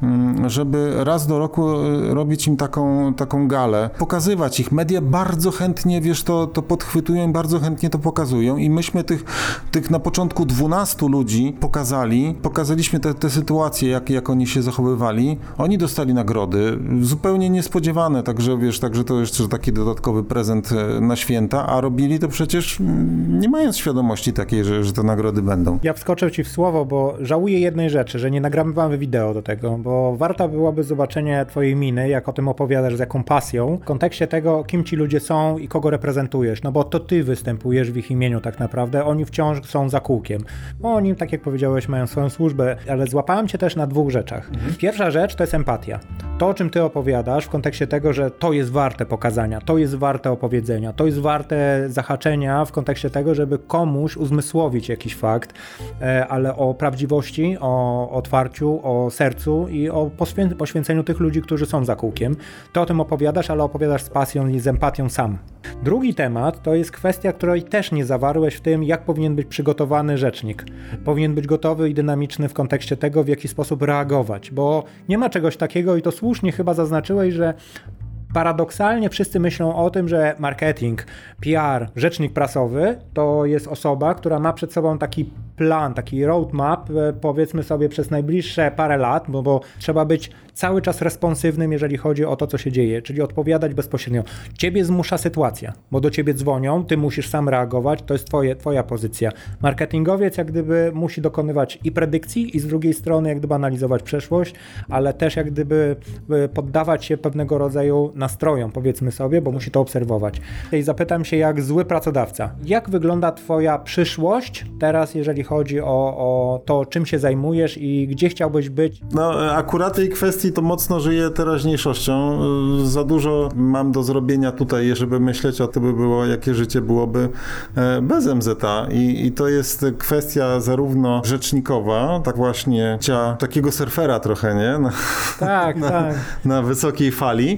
żeby raz do roku robić im taką galę, pokazywać ich. Media bardzo chętnie, wiesz, to podchwytują, bardzo chętnie to pokazują i myśmy tych na początku 12 ludzi pokazaliśmy te sytuacje, jak oni się zachowywali. Oni dostali nagrody, zupełnie niespodziewane, także to jeszcze taki dodatkowy prezent na święta, a robili to przecież nie mając świadomości takiej, że te nagrody będą. Ja wskoczę ci w słowo, bo żałuję jednej rzeczy, że nie nagramy wam wideo do tego, bo warto byłoby zobaczenie twojej miny, jak o tym opowiadasz, z jaką pasją, w kontekście tego, kim ci ludzie są i kogo reprezentujesz, no bo to ty występujesz w ich imieniu tak naprawdę, oni wciąż są za kółkiem. Bo oni, tak jak powiedziałeś, mają swoją służbę, ale złapałem cię też na 2 rzeczach. Pierwsza rzecz to jest empatia. To, o czym ty opowiadasz w kontekście tego, że to jest warte pokazania, to jest warte opowiedzenia, to jest warte zahaczenia w kontekście tego, żeby komuś uzmysłowić jakiś fakt, ale o prawdziwości, o otwarciu, o sercu i o poświęceniu tych ludzi, którzy są za kółkiem. Ty o tym opowiadasz, ale opowiadasz z pasją i z empatią sam. Drugi temat to jest kwestia, której też nie zawarłeś w tym, jak powinien być przygotowany rzecznik. Powinien być gotowy i dynamiczny w kontekście tego, w jaki sposób reagować, bo nie ma czegoś takiego i to słusznie chyba zaznaczyłeś, że paradoksalnie wszyscy myślą o tym, że marketing, PR, rzecznik prasowy to jest osoba, która ma przed sobą taki plan, taki roadmap, powiedzmy sobie przez najbliższe parę lat, bo trzeba być cały czas responsywnym, jeżeli chodzi o to, co się dzieje, czyli odpowiadać bezpośrednio. Ciebie zmusza sytuacja, bo do ciebie dzwonią, ty musisz sam reagować, to jest twoja pozycja. Marketingowiec jak gdyby musi dokonywać i predykcji, i z drugiej strony jak gdyby analizować przeszłość, ale też jak gdyby poddawać się pewnego rodzaju nastrojom, powiedzmy sobie, bo musi to obserwować. I zapytam się, jak zły pracodawca, jak wygląda twoja przyszłość teraz, jeżeli chodzi o to, czym się zajmujesz i gdzie chciałbyś być? No, akurat tej kwestii to mocno żyję teraźniejszością. Za dużo mam do zrobienia tutaj, żeby myśleć o tym, by było, jakie życie byłoby bez MZA. I to jest kwestia zarówno rzecznikowa, tak właśnie takiego surfera trochę, nie? Tak. Na wysokiej fali,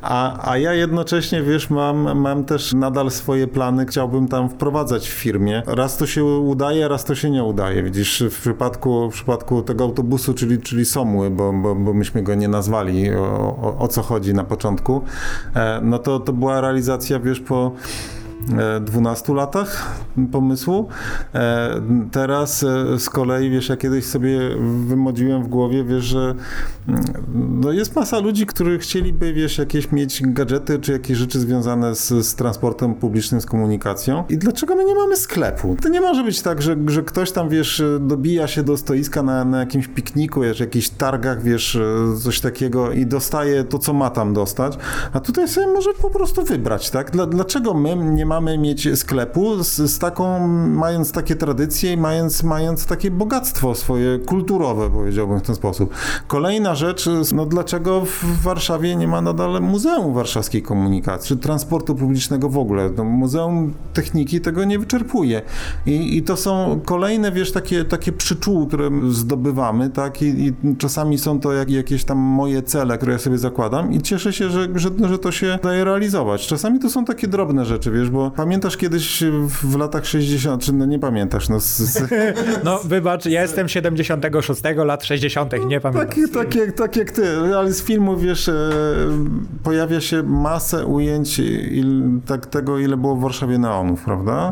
a ja jednocześnie, wiesz, mam też nadal swoje plany, chciałbym tam wprowadzać w firmie. Raz to się udaje, raz to się nie udaje. Widzisz, w przypadku tego autobusu, czyli Somły, bo myśmy go nie nazwali, o co chodzi na początku, no to była realizacja, wiesz, 12 latach pomysłu. Teraz z kolei, wiesz, ja kiedyś sobie wymodziłem w głowie, wiesz, że no jest masa ludzi, którzy chcieliby, wiesz, jakieś mieć gadżety, czy jakieś rzeczy związane z transportem publicznym, z komunikacją. I dlaczego my nie mamy sklepu? To nie może być tak, że ktoś tam, wiesz, dobija się do stoiska na jakimś pikniku, wiesz, jakichś targach, wiesz, coś takiego i dostaje to, co ma tam dostać, a tutaj sobie może po prostu wybrać, tak? Dlaczego my nie mamy mieć sklepu z taką, mając takie tradycje i mając takie bogactwo swoje kulturowe, powiedziałbym w ten sposób. Kolejna rzecz, no dlaczego w Warszawie nie ma nadal Muzeum Warszawskiej Komunikacji, czy transportu publicznego w ogóle? No, Muzeum Techniki tego nie wyczerpuje. I to są kolejne, wiesz, takie przyczół, które zdobywamy, tak? I czasami są to jakieś tam moje cele, które ja sobie zakładam i cieszę się, że to się daje realizować. Czasami to są takie drobne rzeczy, wiesz, bo pamiętasz kiedyś w latach 60, czy no nie pamiętasz, no... No wybacz, ja jestem 76, lat 60, nie pamiętam. Tak jak ty, ale z filmu, wiesz, pojawia się masę ujęć tego, ile było w Warszawie neonów, prawda?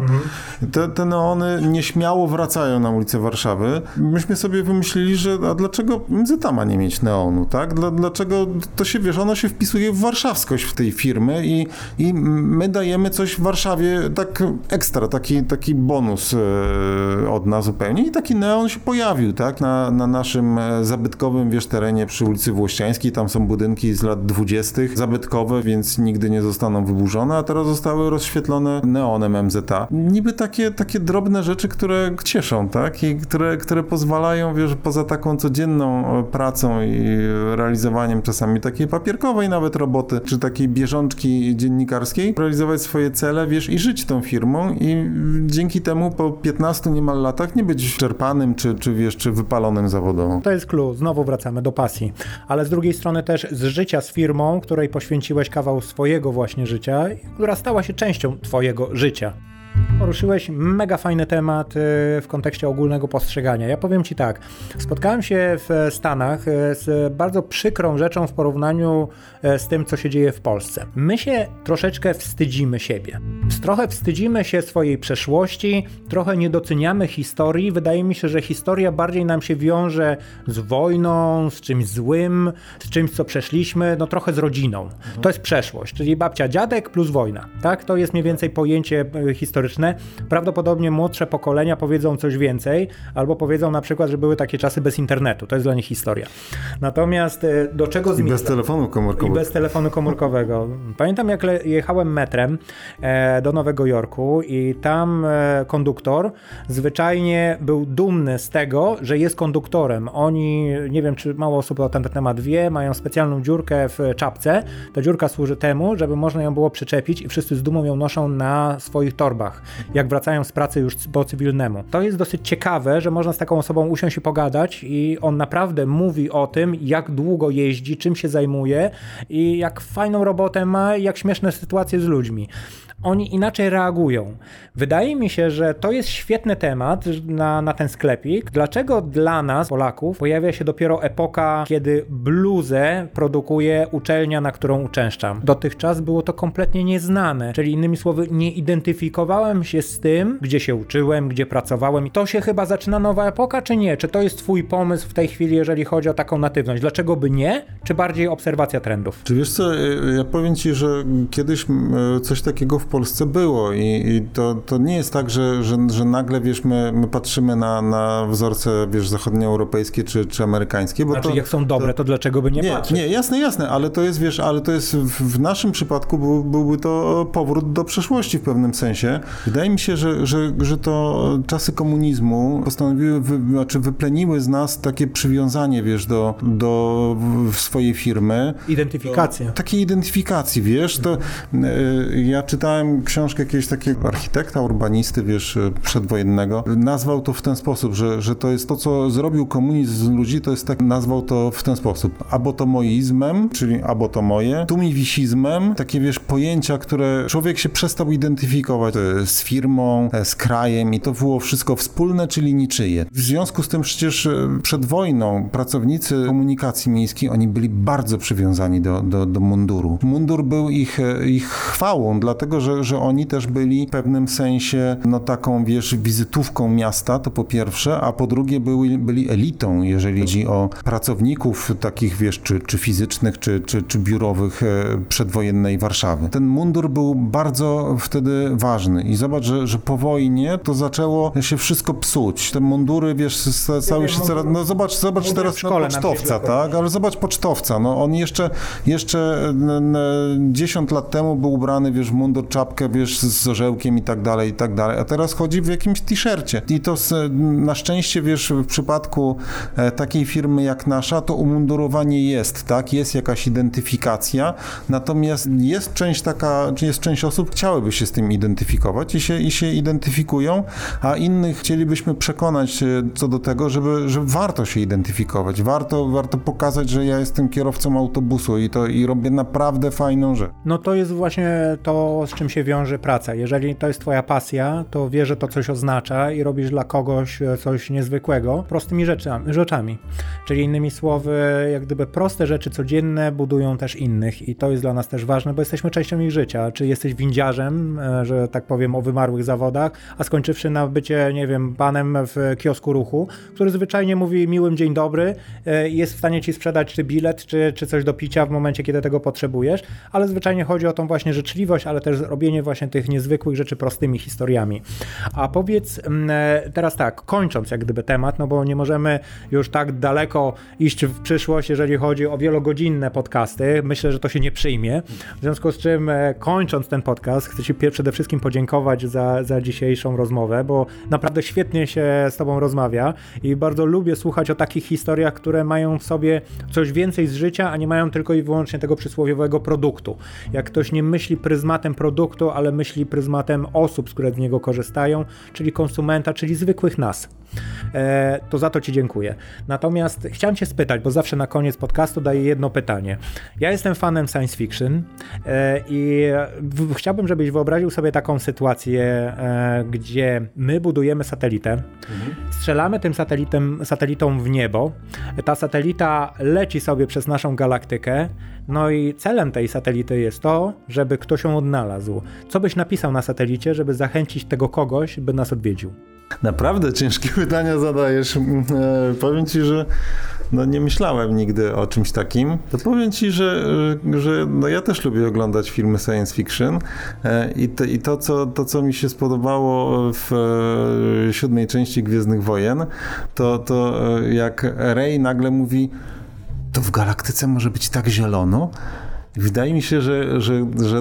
Te neony nieśmiało wracają na ulicę Warszawy. Myśmy sobie wymyślili, że a dlaczego MZA ma nie mieć neonu, tak? Dlaczego to się, wiesz, ono się wpisuje w warszawskość w tej firmy i my dajemy coś w Warszawie tak ekstra, taki bonus od nas zupełnie i taki neon się pojawił, tak? Na naszym zabytkowym, wiesz, terenie przy ulicy Włościańskiej, tam są budynki z lat 20. zabytkowe, więc nigdy nie zostaną wyburzone, a teraz zostały rozświetlone neonem MZA. Niby takie drobne rzeczy, które cieszą, tak? I które pozwalają, wiesz, poza taką codzienną pracą i realizowaniem czasami takiej papierkowej nawet roboty, czy takiej bieżączki dziennikarskiej, realizować swoje cele, wiesz, i żyć tą firmą i dzięki temu po 15 niemal latach nie być czerpanym, czy wypalonym zawodowo. To jest clue. Znowu wracamy do pasji. Ale z drugiej strony też z życia z firmą, której poświęciłeś kawał swojego właśnie życia, która stała się częścią twojego życia. Poruszyłeś mega fajny temat w kontekście ogólnego postrzegania. Ja powiem ci tak, spotkałem się w Stanach z bardzo przykrą rzeczą w porównaniu z tym, co się dzieje w Polsce. My się troszeczkę wstydzimy siebie. Trochę wstydzimy się swojej przeszłości, trochę nie doceniamy historii. Wydaje mi się, że historia bardziej nam się wiąże z wojną, z czymś złym, z czymś, co przeszliśmy, no trochę z rodziną. To jest przeszłość, czyli babcia, dziadek plus wojna. Tak? To jest mniej więcej pojęcie historyczne. Prawdopodobnie młodsze pokolenia powiedzą coś więcej, albo powiedzą na przykład, że były takie czasy bez internetu. To jest dla nich historia. Natomiast do czego zmierza? Bez telefonu komórkowego. I bez telefonu komórkowego. Pamiętam, jak jechałem metrem do Nowego Jorku i tam konduktor zwyczajnie był dumny z tego, że jest konduktorem. Oni, nie wiem, czy mało osób na ten temat wie, mają specjalną dziurkę w czapce. Ta dziurka służy temu, żeby można ją było przyczepić i wszyscy z dumą ją noszą na swoich torbach, jak wracają z pracy już po cywilnemu. To jest dosyć ciekawe, że można z taką osobą usiąść i pogadać i on naprawdę mówi o tym, jak długo jeździ, czym się zajmuje i jak fajną robotę ma i jak śmieszne sytuacje z ludźmi. Oni inaczej reagują. Wydaje mi się, że to jest świetny temat na ten sklepik. Dlaczego dla nas, Polaków, pojawia się dopiero epoka, kiedy bluzę produkuje uczelnia, na którą uczęszczam? Dotychczas było to kompletnie nieznane, czyli innymi słowy, nie identyfikowałem się z tym, gdzie się uczyłem, gdzie pracowałem. I to się chyba zaczyna nowa epoka, czy nie? Czy to jest twój pomysł w tej chwili, jeżeli chodzi o taką natywność? Dlaczego by nie? Czy bardziej obserwacja trendów? Czy wiesz co, ja powiem ci, że kiedyś coś takiego w Polsce było i to nie jest tak, że nagle, wiesz, my patrzymy na wzorce, wiesz, zachodnioeuropejskie czy amerykańskie, bo znaczy, jak są dobre, to dlaczego by nie patrzeć? Nie, jasne, ale to jest, wiesz, w naszym przypadku byłby to powrót do przeszłości w pewnym sensie. Wydaje mi się, że to czasy komunizmu postanowiły, wypleniły z nas takie przywiązanie, wiesz, do swojej firmy. Identyfikację. Takiej identyfikacji, wiesz, to ja czytałem książkę jakiegoś takiego architekta, urbanisty, wiesz, przedwojennego. Nazwał to w ten sposób, że to jest to, co zrobił komunizm z ludzi, to jest tak, nazwał to w ten sposób. Abotomoizmem, czyli abotomoje, tumiwisizmem, takie, wiesz, pojęcia, które człowiek się przestał identyfikować z firmą, z krajem i to było wszystko wspólne, czyli niczyje. W związku z tym przecież przed wojną pracownicy komunikacji miejskiej, oni byli bardzo przywiązani do munduru. Mundur był ich chwałą, dlatego, że oni też byli w pewnym sensie taką, wizytówką miasta, to po pierwsze, a po drugie byli elitą, jeżeli chodzi o pracowników takich, czy fizycznych, czy biurowych przedwojennej Warszawy. Ten mundur był bardzo wtedy ważny i zobacz, że po wojnie to zaczęło się wszystko psuć. Te mundury, stały się coraz... Zobacz teraz pocztowca, tak? Ale zobacz pocztowca, on jeszcze 10 lat temu był ubrany, w mundur, czapkę, z orzełkiem i tak dalej, a teraz chodzi w jakimś t-shircie. I to na szczęście, w przypadku takiej firmy jak nasza, to umundurowanie jest, tak? Jest jakaś identyfikacja, natomiast jest część osób, chciałyby się z tym identyfikować i się identyfikują, a innych chcielibyśmy przekonać co do tego, że warto się identyfikować, warto pokazać, że ja jestem kierowcą autobusu i robię naprawdę fajną rzecz. No to jest właśnie to, z czym się wiąże praca. Jeżeli to jest twoja pasja, to wiesz, że to coś oznacza i robisz dla kogoś coś niezwykłego, prostymi rzeczami. Czyli innymi słowy, jak gdyby proste rzeczy codzienne budują też innych i to jest dla nas też ważne, bo jesteśmy częścią ich życia. Czy jesteś windziarzem, że tak powiem, o wymarłych zawodach, a skończywszy na bycie, nie wiem, panem w kiosku ruchu, który zwyczajnie mówi miłym dzień dobry, jest w stanie ci sprzedać czy bilet, czy coś do picia w momencie, kiedy tego potrzebujesz, ale zwyczajnie chodzi o tą właśnie życzliwość, ale też robienie właśnie tych niezwykłych rzeczy prostymi historiami. A powiedz teraz tak, kończąc jak gdyby temat, bo nie możemy już tak daleko iść w przyszłość, jeżeli chodzi o wielogodzinne podcasty. Myślę, że to się nie przyjmie. W związku z czym kończąc ten podcast, chcę ci przede wszystkim podziękować za dzisiejszą rozmowę, bo naprawdę świetnie się z tobą rozmawia i bardzo lubię słuchać o takich historiach, które mają w sobie coś więcej z życia, a nie mają tylko i wyłącznie tego przysłowiowego produktu. Jak ktoś nie myśli pryzmatem produktu, ale myśli pryzmatem osób, które z niego korzystają, czyli konsumenta, czyli zwykłych nas. To za to ci dziękuję. Natomiast chciałem cię spytać, bo zawsze na koniec podcastu daję jedno pytanie. Ja jestem fanem science fiction i chciałbym, żebyś wyobraził sobie taką sytuację, gdzie my budujemy satelitę, strzelamy tym satelitą w niebo, ta satelita leci sobie przez naszą galaktykę, no i celem tej satelity jest to, żeby ktoś ją odnalazł. Co byś napisał na satelicie, żeby zachęcić tego kogoś, by nas odwiedził? Naprawdę ciężkie pytania zadajesz. Powiem ci, że nie myślałem nigdy o czymś takim. To powiem ci, że ja też lubię oglądać filmy science fiction i to, co mi się spodobało w 7. części Gwiezdnych Wojen, to jak Rey nagle mówi, to w galaktyce może być tak zielono. I wydaje mi się, że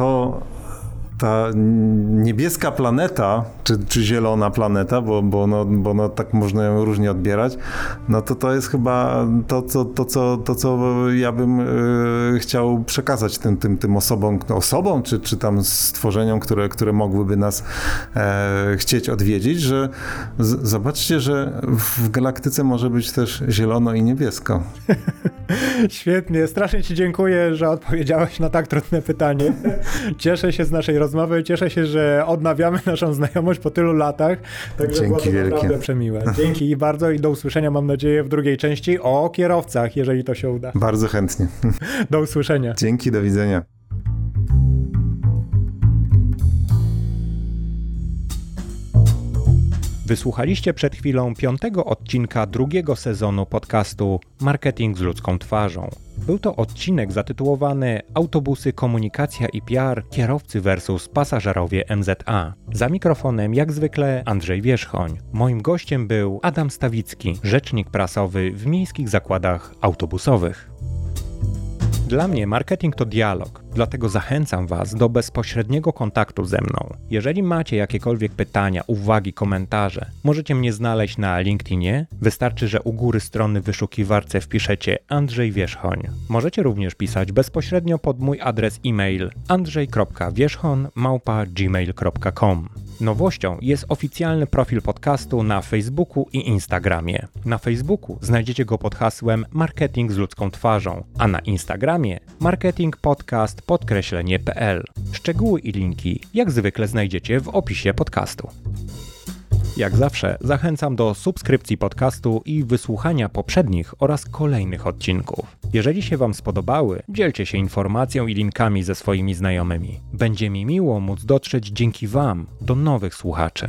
ta niebieska planeta, czy zielona planeta, bo tak można ją różnie odbierać, to jest chyba to, co ja bym chciał przekazać tym osobom, czy tam stworzeniom, które mogłyby nas chcieć odwiedzić, że zobaczcie, że w galaktyce może być też zielono i niebiesko. Świetnie, strasznie ci dziękuję, że odpowiedziałeś na tak trudne pytanie. Cieszę się z naszej rozmowy, cieszę się, że odnawiamy naszą znajomość po tylu latach. Także dzięki było to wielkie. Naprawdę przemiłe. Dzięki bardzo i do usłyszenia, mam nadzieję, w drugiej części o kierowcach, jeżeli to się uda. Bardzo chętnie. Do usłyszenia. Dzięki, do widzenia. Wysłuchaliście przed chwilą 5. odcinka 2. sezonu podcastu Marketing z ludzką twarzą. Był to odcinek zatytułowany Autobusy, komunikacja i PR, kierowcy versus pasażerowie MZA. Za mikrofonem jak zwykle Andrzej Wierzchoń. Moim gościem był Adam Stawicki, rzecznik prasowy w miejskich zakładach autobusowych. Dla mnie marketing to dialog, dlatego zachęcam Was do bezpośredniego kontaktu ze mną. Jeżeli macie jakiekolwiek pytania, uwagi, komentarze, możecie mnie znaleźć na LinkedInie. Wystarczy, że u góry strony w wyszukiwarce wpiszecie Andrzej Wierzchoń. Możecie również pisać bezpośrednio pod mój adres e-mail andrzej.wierzchon@gmail.com. Nowością jest oficjalny profil podcastu na Facebooku i Instagramie. Na Facebooku znajdziecie go pod hasłem Marketing z ludzką twarzą, a na Instagramie marketingpodcast_pl. Szczegóły i linki jak zwykle znajdziecie w opisie podcastu. Jak zawsze zachęcam do subskrypcji podcastu i wysłuchania poprzednich oraz kolejnych odcinków. Jeżeli się Wam spodobały, dzielcie się informacją i linkami ze swoimi znajomymi. Będzie mi miło móc dotrzeć dzięki Wam do nowych słuchaczy.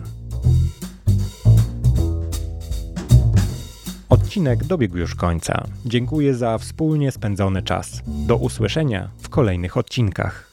Odcinek dobiegł już końca. Dziękuję za wspólnie spędzony czas. Do usłyszenia w kolejnych odcinkach.